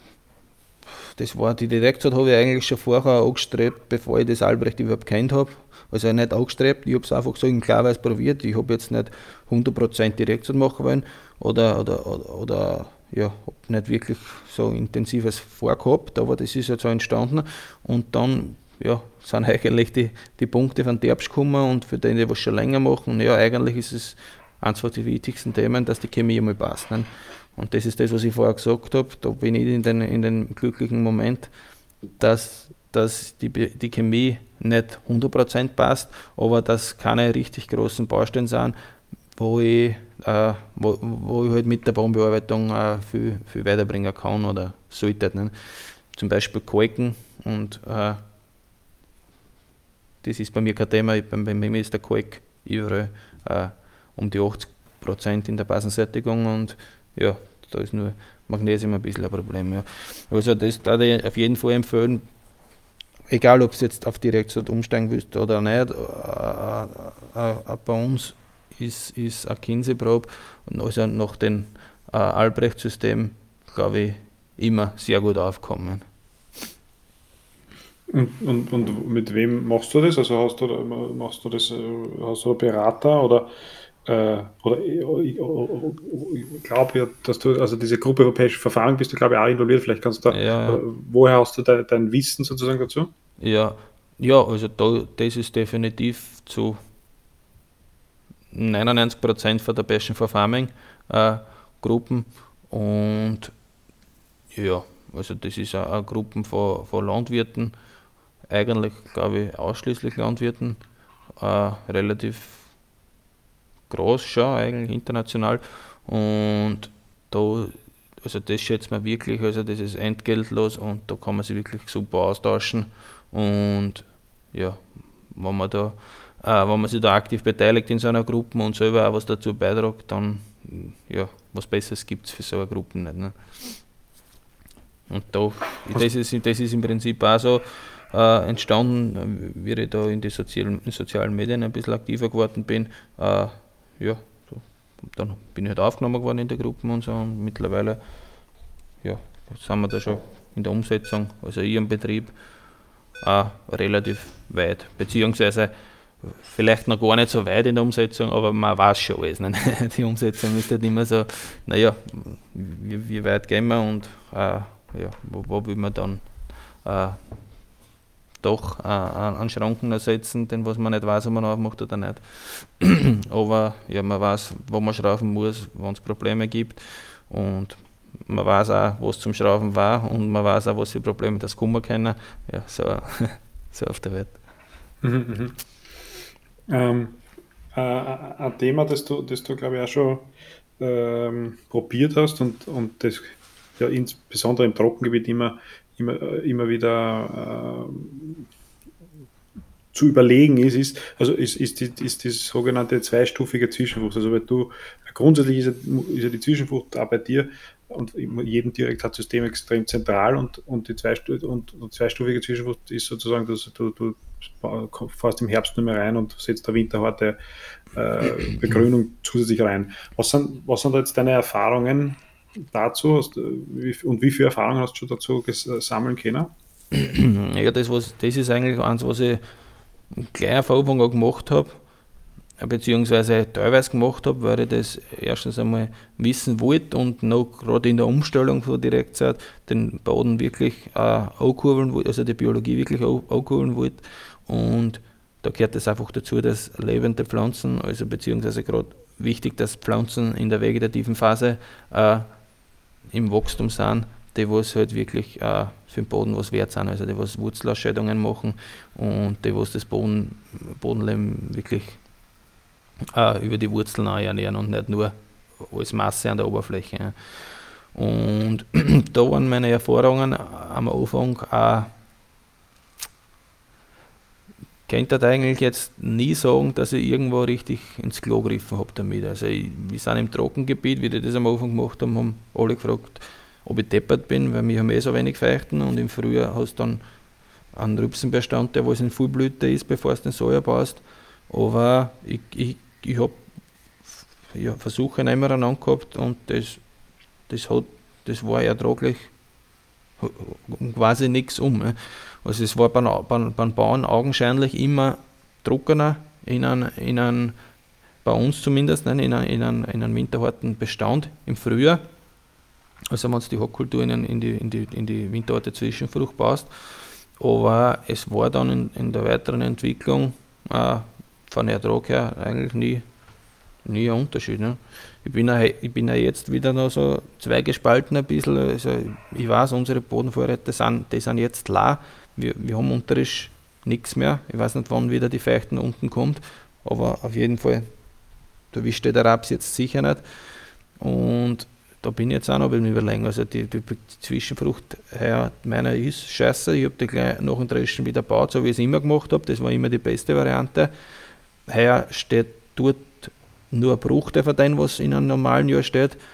das war die Direktsaat habe ich eigentlich schon vorher angestrebt, bevor ich das Albrecht überhaupt kennt habe. Also nicht angestrebt, ich habe es einfach so in Klarweise probiert. Ich habe jetzt nicht hundert Prozent Direktsaat machen wollen oder, oder, oder, oder ja, habe nicht wirklich so intensives vorgehabt, aber das ist jetzt so entstanden. Und dann ja, sind eigentlich die, die Punkte von Derbst gekommen und für die, die was schon länger machen, ja, eigentlich ist es eines der wichtigsten Themen, dass die Chemie einmal passt. Ne? Und das ist das, was ich vorher gesagt habe, da bin ich in den, in den glücklichen Moment, dass, dass die, die Chemie nicht hundert Prozent passt, aber dass keine richtig großen Baustellen sind, wo ich, äh, wo, wo ich halt mit der Bodenbearbeitung äh, viel, viel weiterbringen kann oder sollte. Ne? Zum Beispiel Kalken und äh, das ist bei mir kein Thema, bei, bei mir ist der Kalk überall äh, um die achtzig Prozent in der Basensättigung und ja, da ist nur Magnesium ein bisschen ein Problem. Ja. Also das würde ich auf jeden Fall empfehlen, egal ob du jetzt auf die Reaktion umsteigen willst oder nicht. Äh, äh, äh, bei uns ist, ist eine Kinsey-Probe, also nach dem äh, Albrecht-System, glaube ich, immer sehr gut aufkommen. Und, und, und mit wem machst du das? Also hast du da, machst du das, hast du einen Berater oder äh, oder ich, ich glaube ja, dass du, also diese Gruppe europäische Verfahren bist du, glaube ich, auch involviert. Vielleicht kannst du da, Ja, ja. äh, woher hast du dein, dein Wissen sozusagen dazu? Ja, ja, also da, das ist definitiv zu neunundneunzig Prozent von der Passion for Farming äh, Gruppen und ja, also das ist auch eine Gruppe von, von Landwirten, eigentlich glaube ich ausschließlich Landwirten, äh, relativ groß schon eigentlich international und da, also das schätzt man wirklich, also das ist entgeltlos und da kann man sich wirklich super austauschen und ja, wenn man da äh, wenn man sich da aktiv beteiligt in so einer Gruppe und selber auch was dazu beiträgt, dann ja, was Besseres gibt es für so eine Gruppe nicht. Ne? Und da, das ist, das ist im Prinzip auch so äh, entstanden, wie ich da in die sozialen, in sozialen Medien ein bisschen aktiver geworden bin. Äh, ja, so, dann bin ich halt aufgenommen worden in der Gruppe und so und mittlerweile ja, sind wir da schon in der Umsetzung, also ich im Betrieb, auch relativ weit, beziehungsweise vielleicht noch gar nicht so weit in der Umsetzung, aber man weiß schon alles. Ne? Die Umsetzung ist halt immer so, naja, wie, wie weit gehen wir und äh, ja, wo, wo will man dann äh, doch äh, an Schranken ersetzen, denn was man nicht weiß, ob man aufmacht oder nicht. Aber ja, man weiß, wo man schrauben muss, wenn es Probleme gibt und man weiß auch, was zum Schrauben war und man weiß auch, was für Probleme das kommen können. Ja, so, so auf der Welt. Mhm, mhm. Ähm, äh, ein Thema, das du, das du glaube ich auch schon ähm, probiert hast und, und das ja insbesondere im Trockengebiet immer, immer, immer wieder äh, zu überlegen ist, ist, also ist, ist, die, ist die sogenannte zweistufige Zwischenfrucht. Also weil du grundsätzlich ist ja, ist ja die Zwischenfrucht auch bei dir und jeden direkt hat System extrem zentral und, und die Zweistu- und, und zweistufige Zwischenfrucht ist sozusagen, dass du, du fährst im Herbst nicht mehr rein und setzt der winterharte äh, Begrünung zusätzlich rein. Was sind, was sind da jetzt deine Erfahrungen dazu hast, wie, und wie viele Erfahrungen hast du dazu ges- sammeln können? Ja, das, was, das ist eigentlich eins, was ich gleich auf Anfang an gemacht habe, beziehungsweise teilweise gemacht habe, weil ich das erstens einmal wissen wollte und noch gerade in der Umstellung von Direktzeit den Boden wirklich äh, ankurbeln wollte, also die Biologie wirklich ankurbeln wollte. Und da gehört es einfach dazu, dass lebende Pflanzen, also beziehungsweise gerade wichtig, dass Pflanzen in der vegetativen Phase äh, im Wachstum sind, die was halt wirklich äh, für den Boden was wert sind, also die was Wurzelausscheidungen machen und die was das Boden, Bodenleben wirklich äh, über die Wurzeln auch ernähren und nicht nur als Masse an der Oberfläche. Ja. Und da waren meine Erfahrungen am Anfang auch, könnte ich eigentlich jetzt nie sagen, dass ich irgendwo richtig ins Klo gegriffen habe damit. Also ich, wir sind im Trockengebiet, wie die das am Anfang gemacht haben, haben alle gefragt, ob ich deppert bin, weil wir haben eh so wenig Feuchten und im Frühjahr hast du dann einen Rübsenbestand, der was in Vollblüte ist, bevor du den Soja baust. Aber ich, ich, ich habe ja, Versuche nicht mehr aneinander gehabt und das, das, hat, das war ertraglich quasi nichts um. Ne? Also es war beim, beim, beim Bauen augenscheinlich immer trockener in einem, in einem, bei uns zumindest, ne, in einem, in einem, in einem winterharten Bestand im Frühjahr. Also wenn du die Hochkultur in, in die, in die, in die winterharte Zwischenfrucht baust. Aber es war dann in, in der weiteren Entwicklung äh, von der Ertrag her eigentlich nie, nie ein Unterschied. Ne? Ich bin ja, ich bin ja jetzt wieder noch so zweigespalten ein bisschen. Also ich weiß, unsere Bodenvorräte sind, die sind jetzt leer. Wir, wir haben unterirdisch nichts mehr. Ich weiß nicht, wann wieder die Feuchten unten kommt, aber auf jeden Fall, da wischt der Raps jetzt sicher nicht. Und da bin ich jetzt auch noch ein bisschen überlegen. Also die, die Zwischenfrucht heuer meiner ist scheiße. Ich habe die gleich nach dem Dreschen wieder gebaut, so wie ich es immer gemacht habe. Das war immer die beste Variante. Heuer steht dort nur ein Bruchteil von dem, was in einem normalen Jahr steht.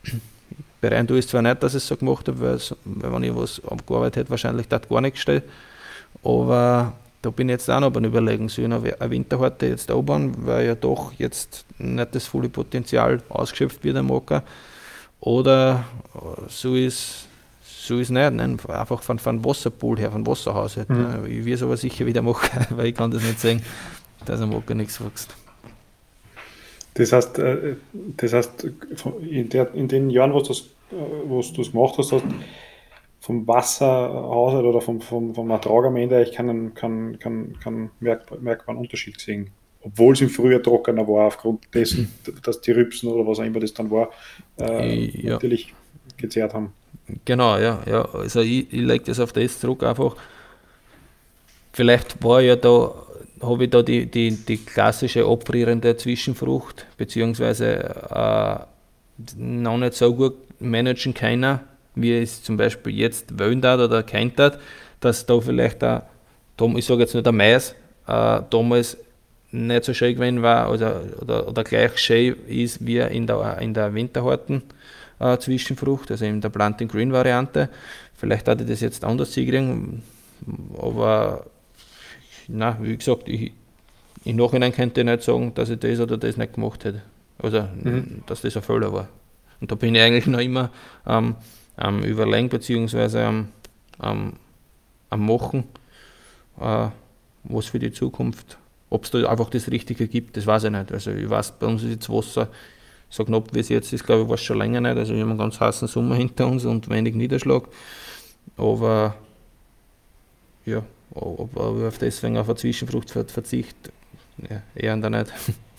bereuen tue ich zwar nicht, dass ich es so gemacht habe, weil, es, weil wenn ich was abgearbeitet hätte, wahrscheinlich dort gar nichts steht. Aber da bin ich jetzt auch noch beim Überlegen, soll ich noch eine Winterharte jetzt anbauen, weil ja doch jetzt nicht das volle Potenzial ausgeschöpft wird am Acker. Oder so ist so ist nicht, ne? Einfach von, von Wasserpool her, von Wasserhaus. Halt, mhm. Ich will es aber sicher wieder machen, weil ich kann das nicht sehen, dass am Acker nichts wächst. Das heißt, das heißt in, der, in den Jahren, wo du es gemacht hast, hast vom Wasserhaushalt oder vom, vom, vom Ertrag am Ende ich keinen kein, kein, kein merkbaren Unterschied gesehen. Obwohl es im Frühjahr trockener war, aufgrund dessen, dass die Rübsen oder was auch immer das dann war, äh, ja. natürlich gezehrt haben. Genau, ja. ja. Also ich, ich lege das auf das zurück einfach. Vielleicht war ja da, habe ich da die, die, die klassische abfrierende Zwischenfrucht, beziehungsweise äh, noch nicht so gut managen können, wie es zum Beispiel jetzt wollen hat oder kennt hat, dass da vielleicht auch, ich sage jetzt nicht der Mais, äh, damals nicht so schön gewesen war oder, oder, oder gleich schön ist wie in der, in der winterharten äh, Zwischenfrucht, also in der Planting Green Variante. Vielleicht hatte ich das jetzt anders gekriegt, aber na, wie gesagt, ich, im Nachhinein könnte ich nicht sagen, dass ich das oder das nicht gemacht hätte. Also, mhm. dass das ein Fehler war. Und da bin ich eigentlich noch immer ähm, am Überlegen bzw. am, am, am Machen, äh, was für die Zukunft, ob es da einfach das Richtige gibt, das weiß ich nicht. Also ich weiß, bei uns ist jetzt Wasser so knapp wie es jetzt ist, glaube ich, war es schon länger nicht. Also wir haben einen ganz heißen Sommer hinter uns und wenig Niederschlag. Aber ja, ob, ob ich auf deswegen auf eine Zwischenfrucht verzichte, ja, eher dann nicht.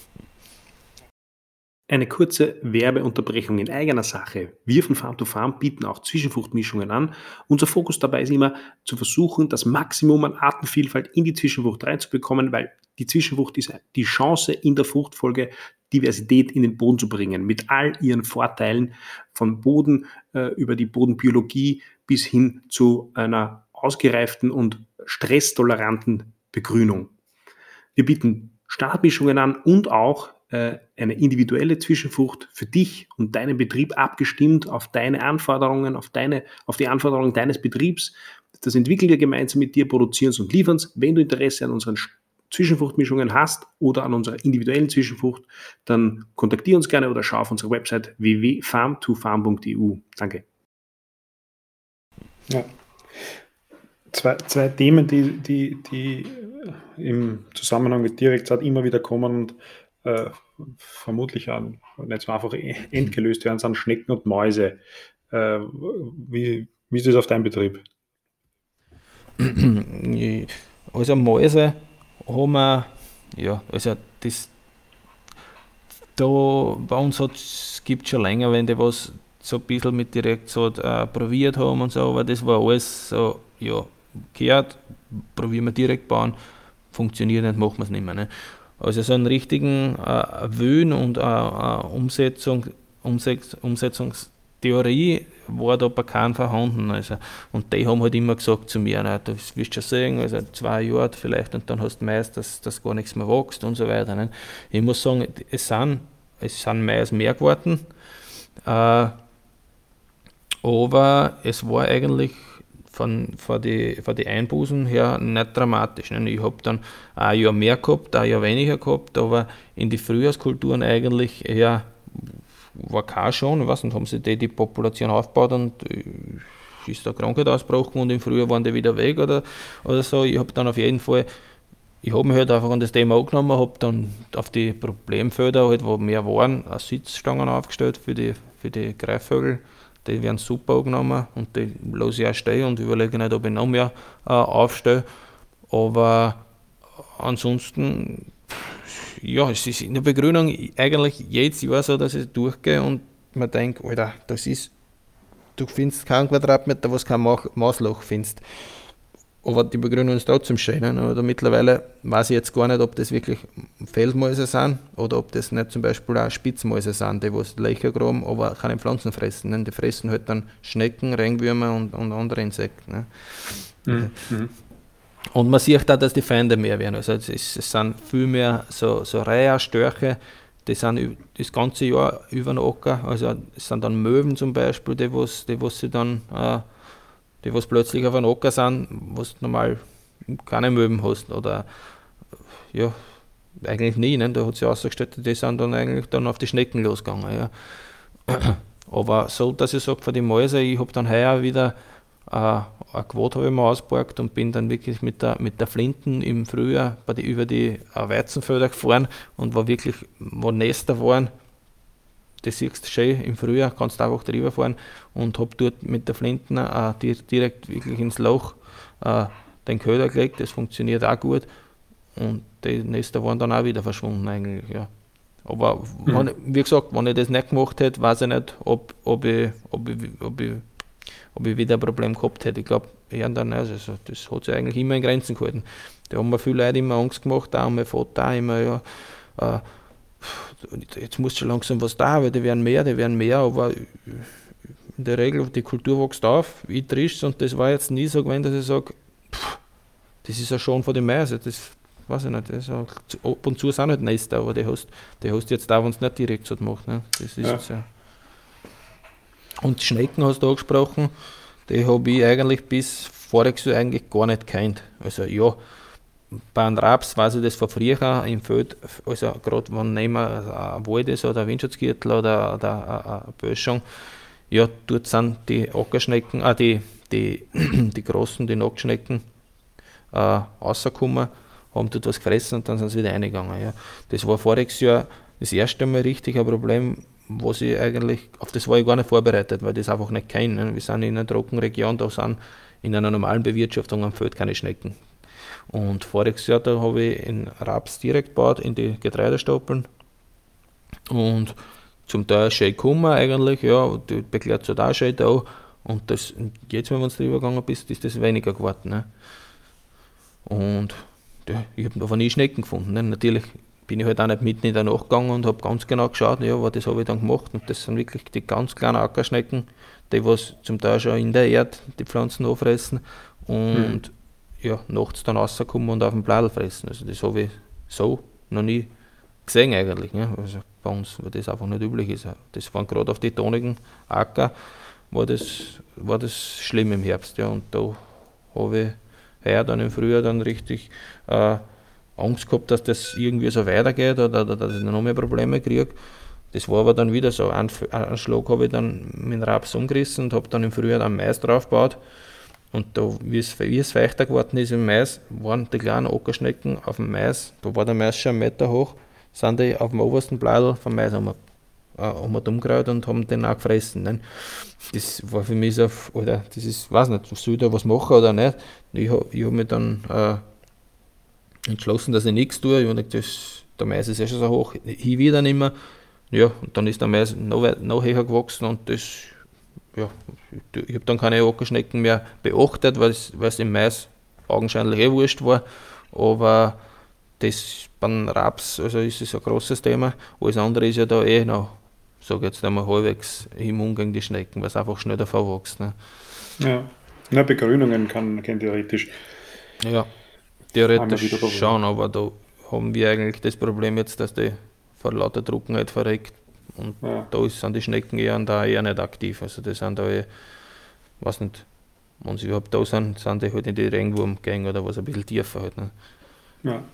Eine kurze Werbeunterbrechung in eigener Sache. Wir von Farm to Farm bieten auch Zwischenfruchtmischungen an. Unser Fokus dabei ist immer, zu versuchen, das Maximum an Artenvielfalt in die Zwischenfrucht reinzubekommen, weil die Zwischenfrucht ist die Chance, in der Fruchtfolge Diversität in den Boden zu bringen, mit all ihren Vorteilen vom Boden äh, über die Bodenbiologie bis hin zu einer ausgereiften und stresstoleranten Begrünung. Wir bieten Standardmischungen an und auch eine individuelle Zwischenfrucht für dich und deinen Betrieb abgestimmt auf deine Anforderungen, auf, deine, auf die Anforderungen deines Betriebs. Das entwickeln wir gemeinsam mit dir, produzieren es und liefern es. Wenn du Interesse an unseren Zwischenfruchtmischungen hast oder an unserer individuellen Zwischenfrucht, dann kontaktiere uns gerne oder schau auf unsere Website w w w punkt farm to farm punkt e u. Danke. Ja. Zwei, zwei Themen, die, die, die im Zusammenhang mit Direkt immer wieder kommen und Äh, vermutlich auch nicht so einfach entgelöst werden, sind Schnecken und Mäuse. Äh, wie, wie ist das auf deinem Betrieb? Also Mäuse haben wir, ja, also das, da bei uns gibt es schon länger, wenn die was so ein bisschen mit Direkt so äh, probiert haben und so, aber das war alles so, ja, gehört, probieren wir direkt bauen, funktioniert nicht, machen wir es nicht mehr. Ne? Also so einen richtigen äh, Willen und äh, äh, Umsetzung, Umsetz, Umsetzungstheorie war da bei keinem vorhanden. Also. Und die haben halt immer gesagt zu mir, na, das wirst du schon sehen, also zwei Jahre vielleicht und dann hast du meist, dass, dass gar nichts mehr wächst und so weiter. Ne? Ich muss sagen, es sind, es sind meist mehr geworden, äh, aber es war eigentlich von, von den von die Einbußen her nicht dramatisch. Ne? Ich habe dann ein Jahr mehr gehabt, ein Jahr weniger gehabt, aber in die Frühjahrskulturen eigentlich eher war kein schon, ich weiß nicht, haben sie die, die Population aufgebaut und ist da Krankheit ausgebrochen und im Frühjahr waren die wieder weg oder, oder so. Ich habe dann auf jeden Fall, ich habe mich halt einfach an das Thema angenommen, habe dann auf die Problemfelder, halt, wo mehr waren, Sitzstangen aufgestellt für die, für die Greifvögel. Die werden super angenommen und die lasse ich auch stehen und überlege nicht, ob ich noch mehr äh, aufstelle. Aber ansonsten, ja, es ist in der Begrünung eigentlich jedes Jahr so, dass ich durchgehe und mir denke, Alter, das ist, du findest keinen Quadratmeter, was kein Mausloch findest. Aber die Begrünung ist trotzdem schön. Oder mittlerweile weiß ich jetzt gar nicht, ob das wirklich Feldmäuse sind oder ob das nicht zum Beispiel auch Spitzmäuse sind, die was Löcher graben, aber keine Pflanzen fressen. Ne? Die fressen halt dann Schnecken, Regenwürmer und, und andere Insekten. Ne? Mhm. Und man sieht auch, dass die Feinde mehr werden. Also es, es sind viel mehr so, so Reiher, Störche, die sind das ganze Jahr über den Acker, also es sind dann Möwen zum Beispiel, die was, die was sie dann, äh, die was plötzlich auf einem Acker sind, was du normal keine Möwen hast, oder ja, eigentlich nie, ne? Da hat sich herausgestellt, die sind dann eigentlich dann auf die Schnecken losgegangen, ja. Aber so, dass ich sage, für die Mäuse, ich habe dann heuer wieder äh, ein Quad habe ich mir ausgeborgt und bin dann wirklich mit der, mit der Flinten im Frühjahr bei die, über die äh, Weizenfelder gefahren und war wirklich, wo Nester waren, das siehst du schön im Frühjahr, kannst du einfach drüber fahren und habe dort mit der Flinten äh, direkt wirklich ins Loch äh, den Köder gelegt, das funktioniert auch gut und die Nester waren dann auch wieder verschwunden eigentlich, ja. Aber mhm. wenn, wie gesagt, wenn ich das nicht gemacht hätte, weiß ich nicht, ob, ob, ich, ob, ich, ob, ich, ob ich wieder ein Problem gehabt hätte. Ich glaube, eher dann, also das hat sich eigentlich immer in Grenzen gehalten. Da haben mir viele Leute immer Angst gemacht, auch mein Vater auch immer, ja, äh, jetzt muss schon langsam was da, weil die werden mehr, die werden mehr, aber in der Regel, die Kultur wächst auf, ich trisch und das war jetzt nie so gewesen, dass ich sage, das ist ja schon von den Mäusen, das weiß ich nicht, das auch, ab und zu sind halt Nester, aber die hast, die hast jetzt da, wenn es nicht direkt so macht. Ne? Das ist ja. Jetzt, ja. Und die Schnecken hast du angesprochen, die habe ich eigentlich bis voriges Jahr eigentlich gar nicht gekannt. Also ja, bei einem Raps weiß ich das von früher im Feld, also gerade wenn nehmen wir ein Wald ist oder ein Windschutzgürtel oder, oder eine Böschung, ja, dort sind die Ackerschnecken, ah, die, die, die großen, die Nacktschnecken äh, rausgekommen, haben dort was gefressen und dann sind sie wieder reingegangen. Ja. Das war voriges Jahr das erste Mal richtig ein Problem, was ich eigentlich, auf das war ich gar nicht vorbereitet, weil ich das einfach nicht kenne. Ne. Wir sind in einer Trockenregion, da sind in einer normalen Bewirtschaftung am Feld keine Schnecken. Und voriges Jahr, da habe ich in Raps direkt gebaut, in die Getreidestapeln. Und zum Teil schön gekommen eigentlich, ja, die beklärt sich auch schön da. Und das, jetzt, wenn du drüber gegangen bist, ist das weniger geworden. Ne. Und ja, ich habe aber nie Schnecken gefunden. Ne. Natürlich bin ich halt auch nicht mitten in der Nacht gegangen und habe ganz genau geschaut, ja, aber das habe ich dann gemacht. Und das sind wirklich die ganz kleinen Ackerschnecken, die was zum Teil schon in der Erde die Pflanzen auffressen und mhm. ja, nachts dann rauskommen und auf den Bladel fressen. Also das habe ich so noch nie gesehen eigentlich. Ne. Also bei uns, weil das einfach nicht üblich ist. Das waren gerade auf die tonigen Acker, war das, war das schlimm im Herbst. Ja. Und da habe ich heuer dann im Frühjahr dann richtig äh, Angst gehabt, dass das irgendwie so weitergeht oder, oder dass ich noch mehr Probleme kriege. Das war aber dann wieder so, einen, einen Schlag habe ich dann mit dem Raps umgerissen und habe dann im Frühjahr dann Mais draufgebaut. Und da, wie es, wie es feuchter geworden ist im Mais, waren die kleinen Ackerschnecken auf dem Mais, da war der Mais schon einen Meter hoch, sind die auf dem obersten Bladel vom Mais um, äh, umgerollt und haben den auch gefressen. Ne? Das war für mich so, oder das ist, weiß nicht, soll ich da was machen oder nicht. Ich habe ich hab mich dann äh, entschlossen, dass ich nichts tue. Ich habe gedacht, der Mais ist ja schon so hoch, ich wieder nicht mehr. Ja, und dann ist der Mais noch, noch höher gewachsen und das, ja, ich habe dann keine Ackerschnecken mehr beachtet, weil es im Mais augenscheinlich eh wurscht war. Aber das beim Raps, also ist es ein großes Thema. Alles andere ist ja da eh noch, sage jetzt einmal, halbwegs immun gegen die Schnecken, weil es einfach schnell davor wächst. Ne? Ja, na, Begrünungen kann, kann theoretisch. Ja, theoretisch schon, aber da haben wir eigentlich das Problem jetzt, dass die vor lauter Trockenheit verreckt. Und ja. Da sind die Schnecken eher, da eher nicht aktiv. Also die sind da eh, weiß nicht, wenn sie überhaupt da sind, sind die halt in die Regenwurmgänge oder was ein bisschen tiefer halt. Ne? Ja.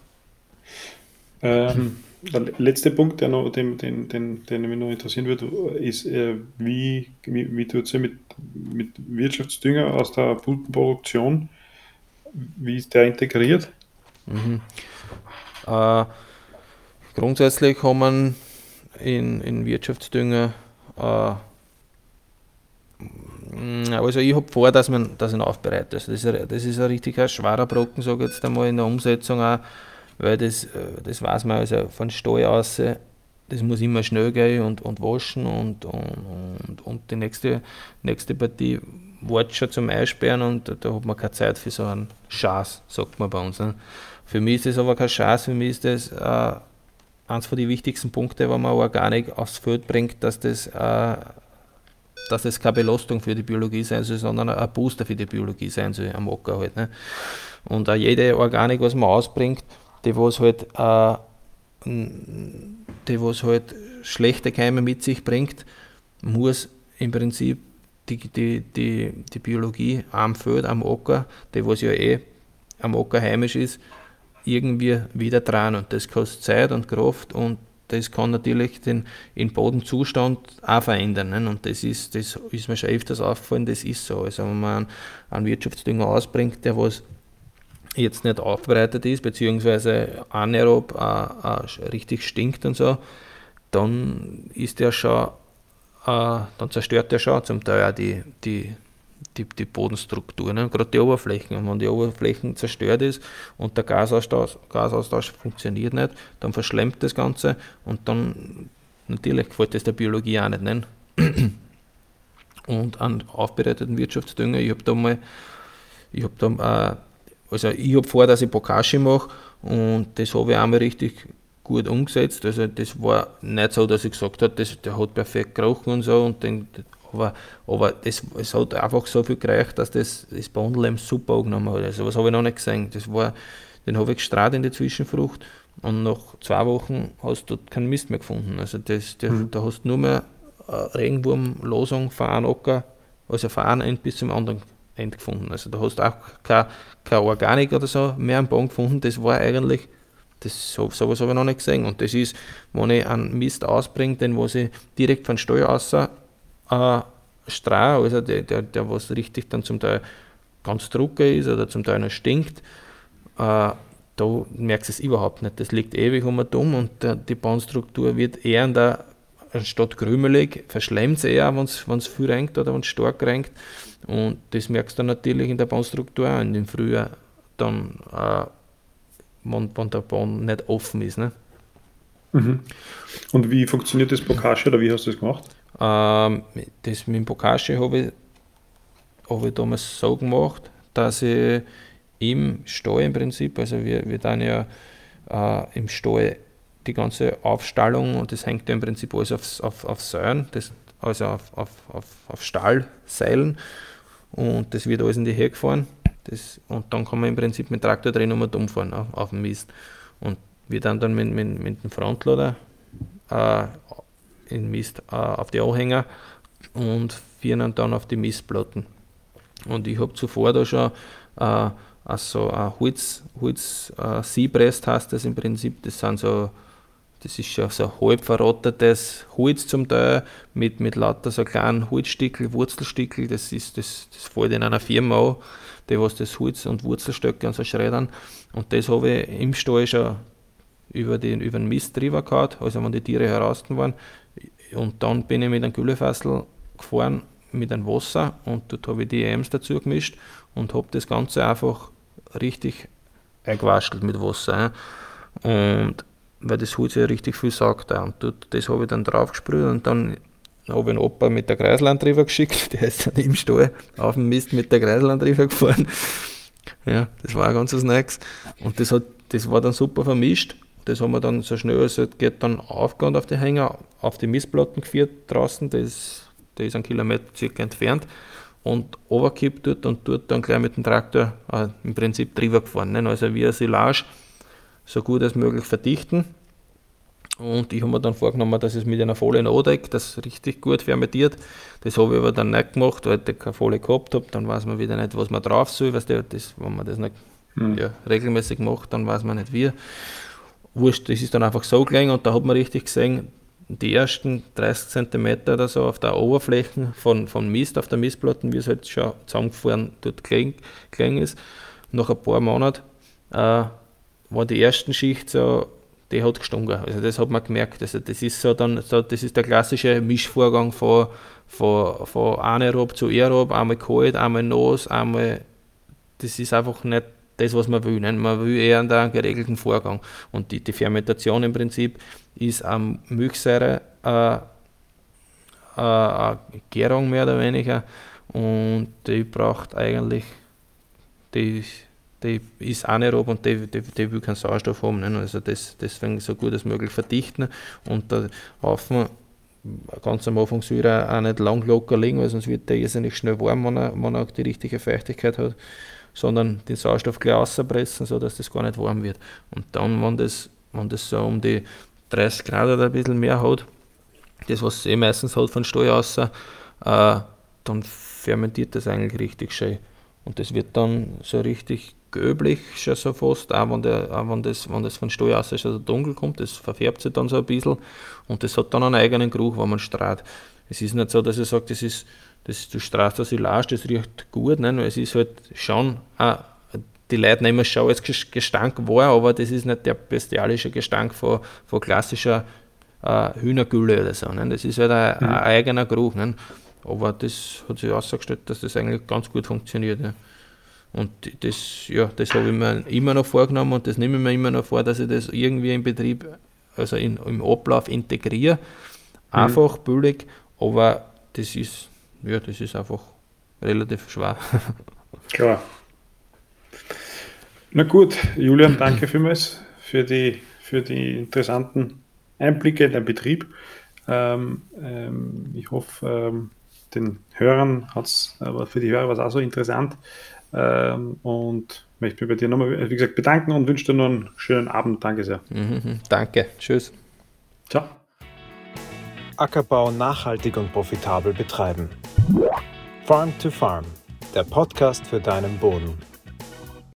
Ähm, der letzte Punkt, der noch, den, den, den, den mich noch interessieren würde, ist, äh, wie, wie, wie tut es mit, mit Wirtschaftsdünger aus der Bultenproduktion? Wie ist der integriert? Mhm. Äh, grundsätzlich haben wir in, in Wirtschaftsdünger, äh, also ich habe vor, dass man das aufbereitet. Also das, ist ein, das ist ein richtig ein schwerer Brocken, sage ich jetzt einmal in der Umsetzung auch, weil das, das weiß man also von Stall aus, das muss immer schnell gehen und, und waschen und, und, und die nächste, nächste Partie wartet schon zum Einsperren und da hat man keine Zeit für so einen Schaß, sagt man bei uns. Ne? Für mich ist das aber kein Schaß, für mich ist das äh, eins von den wichtigsten Punkten, wenn man Organik aufs Feld bringt, dass das, äh, dass das keine Belastung für die Biologie sein soll, sondern ein Booster für die Biologie sein soll am Acker halt. Ne? Und auch jede Organik, was man ausbringt, die was halt äh, die was halt schlechte Keime mit sich bringt, muss im Prinzip die, die, die, die Biologie am Feld, am Acker, die was ja eh am Acker heimisch ist, irgendwie wieder dran. Und das kostet Zeit und Kraft und das kann natürlich den, den Bodenzustand auch verändern. Ne? Und das ist, das ist mir schon öfters aufgefallen, das ist so. Also wenn man einen, einen Wirtschaftsdünger ausbringt, der was jetzt nicht aufbereitet ist, beziehungsweise anaerob äh, äh, richtig stinkt und so, dann ist der schon, äh, dann zerstört der schon zum Teil auch die, die, die, die Bodenstruktur, ne? Gerade die Oberflächen. Und wenn die Oberflächen zerstört ist und der Gasaustausch, Gasaustausch funktioniert nicht, dann verschlemmt das Ganze und dann natürlich gefällt das der Biologie auch nicht. Ne? Und an aufbereiteten Wirtschaftsdünger, ich habe da mal, ich habe da, äh, also ich habe vor, dass ich Bokashi mache und das habe ich einmal richtig gut umgesetzt. Also das war nicht so, dass ich gesagt habe, das, der hat perfekt gerochen und so, und den, aber, aber das, es hat einfach so viel gereicht, dass das, das Bondel super angenommen hat. Also was habe ich noch nicht gesehen. Das war, den habe ich gestrahlt in die Zwischenfrucht und nach zwei Wochen hast du keinen Mist mehr gefunden. Also das, das, mhm. da hast du nur mehr Regenwurmlosung von einem Acker, also von einem End bis zum anderen End gefunden. Also da hast du auch keine, keine Organik oder so mehr am Boden gefunden. Das war eigentlich, das, so, sowas habe ich noch nicht gesehen. Und das ist, wenn ich einen Mist ausbringe, den was ich direkt von Stall raus äh, strahle, also der, der, der was richtig dann zum Teil ganz trocken ist oder zum Teil noch stinkt, äh, da merkst du es überhaupt nicht. Das liegt ewig um und um und der, die Bodenstruktur wird eher in der, anstatt krümelig, verschlemmt es eher, wenn es viel renkt oder wenn es stark renkt. Und das merkst du dann natürlich in der Bodenstruktur auch in den Frühjahr, dann, äh, wenn, wenn der Boden nicht offen ist. Ne? Mhm. Und wie funktioniert das Bokashi oder wie hast du das gemacht? Ähm, das mit dem Bokashi habe ich, hab ich damals so gemacht, dass ich im Stall im Prinzip, also wir, wir dann ja äh, im Stall die ganze Aufstallung, und das hängt ja im Prinzip alles auf, auf, auf Säulen, das, also auf, auf, auf, auf Stahlseilen, und das wird alles in die Höhe gefahren. Das, und dann kann man im Prinzip mit dem Traktor drin und umfahren auf, auf den Mist. Und wir dann dann mit, mit, mit dem Frontlader äh, in Mist äh, auf die Anhänger und führen dann auf die Mistplatten. Und ich habe zuvor da schon äh, also ein Holz, Holz äh, Seeprest heißt das im Prinzip, das sind so, das ist schon so ein halb verrottetes Holz zum Teil mit, mit lauter so kleinen Holzstickel, Wurzelstickel, das ist, das, das fällt in einer Firma an, die was das Holz und Wurzelstöcke und so schreddern, und das habe ich im Stall schon über den, über den Mist drüber gehauen, also wenn die Tiere heraus waren, und dann bin ich mit einem Güllefassel gefahren mit einem Wasser und dort habe ich die E Ms dazu gemischt und habe das Ganze einfach richtig eingewaschelt mit Wasser. Und weil das Holz ja richtig viel saugt auch. Und dort, das habe ich dann drauf gesprüht und dann habe ich einen Opa mit der Kreiselantriebe geschickt, der ist dann im Stall auf dem Mist mit der Kreiselantriebe gefahren. Ja, das war ein ganzes Neues. Und das, hat, das war dann super vermischt. Das haben wir dann so schnell als es geht dann aufgegangen auf die Hänger, auf die Mistplatten geführt draußen, das, das ist einen Kilometer circa entfernt, und runtergekippt dort und dort dann gleich mit dem Traktor äh, im Prinzip drüber gefahren. Ne? Also wie eine Silage so gut als möglich verdichten. Und ich habe mir dann vorgenommen, dass ich es mit einer Folie andecke, das richtig gut fermentiert. Das habe ich aber dann nicht gemacht, weil ich keine Folie gehabt habe. Dann weiß man wieder nicht, was man drauf soll. Weißt du, das, wenn man das nicht hm. ja, regelmäßig macht, dann weiß man nicht wie. Wurscht, das ist dann einfach so gegangen, und da hat man richtig gesehen, die ersten dreißig Zentimeter oder so auf der Oberfläche von, von Mist, auf der Mistplatten, wie es halt schon zusammengefahren dort gelegen ist. Nach ein paar Monaten äh, war die erste Schicht so, die hat gestunken. Also das hat man gemerkt. Also das ist so dann, so, das ist der klassische Mischvorgang von, von, von anaerob zu aerob, einmal kalt, einmal nass, einmal, das ist einfach nicht das, was man will. Ne? Man will eher einen geregelten Vorgang. Und die, die Fermentation im Prinzip ist am Milchsäure äh, äh, eine Gärung mehr oder weniger, und die braucht eigentlich, die, die ist anaerob und die, die, die will keinen Sauerstoff haben. Ne? Also das, deswegen so gut als möglich verdichten und der Haufen ganz am Anfang soll er auch nicht lang locker liegen, weil sonst wird der irrsinnig schnell warm, wenn er, wenn er auch die richtige Feuchtigkeit hat, sondern den Sauerstoff gleich rauspressen, sodass das gar nicht warm wird. Und dann, wenn das wenn das so um die dreißig Grad oder ein bisschen mehr hat, das was es eh meistens hat von Stall aus, äh, dann fermentiert das eigentlich richtig schön. Und das wird dann so richtig gelblich, schon so fast, auch wenn, der, auch wenn, das, wenn das von Stall aus schon so dunkel kommt, das verfärbt sich dann so ein bisschen und das hat dann einen eigenen Geruch, wenn man strahlt. Es ist nicht so, dass ich sage, das ist, das, du strahlst das Silage, das riecht gut, nein, es ist halt schon, auch, die Leute nehmen es schon als Gestank wahr, aber das ist nicht der bestialische Gestank von, von klassischer äh, Hühnergülle oder so, nein, das ist halt ein, mhm. ein eigener Geruch, nein. Aber das hat sich herausgestellt, dass das eigentlich ganz gut funktioniert. Ja. Und das, ja, das habe ich mir immer noch vorgenommen und das nehme ich mir immer noch vor, dass ich das irgendwie im Betrieb, also in, im Ablauf integriere. Mhm. Einfach, billig, aber das ist, ja, das ist einfach relativ schwer. Klar. Na gut, Julian, danke vielmals für die, für die interessanten Einblicke in den Betrieb. Ähm, ähm, ich hoffe, ähm, den Hörern hat es, aber für die Hörer war es auch so interessant. Ähm, und möchte mich bei dir nochmal, wie gesagt, bedanken und wünsche dir noch einen schönen Abend. Danke sehr. Mhm, danke. Tschüss. Ciao. Ackerbau nachhaltig und profitabel betreiben. Farm to Farm, der Podcast für deinen Boden.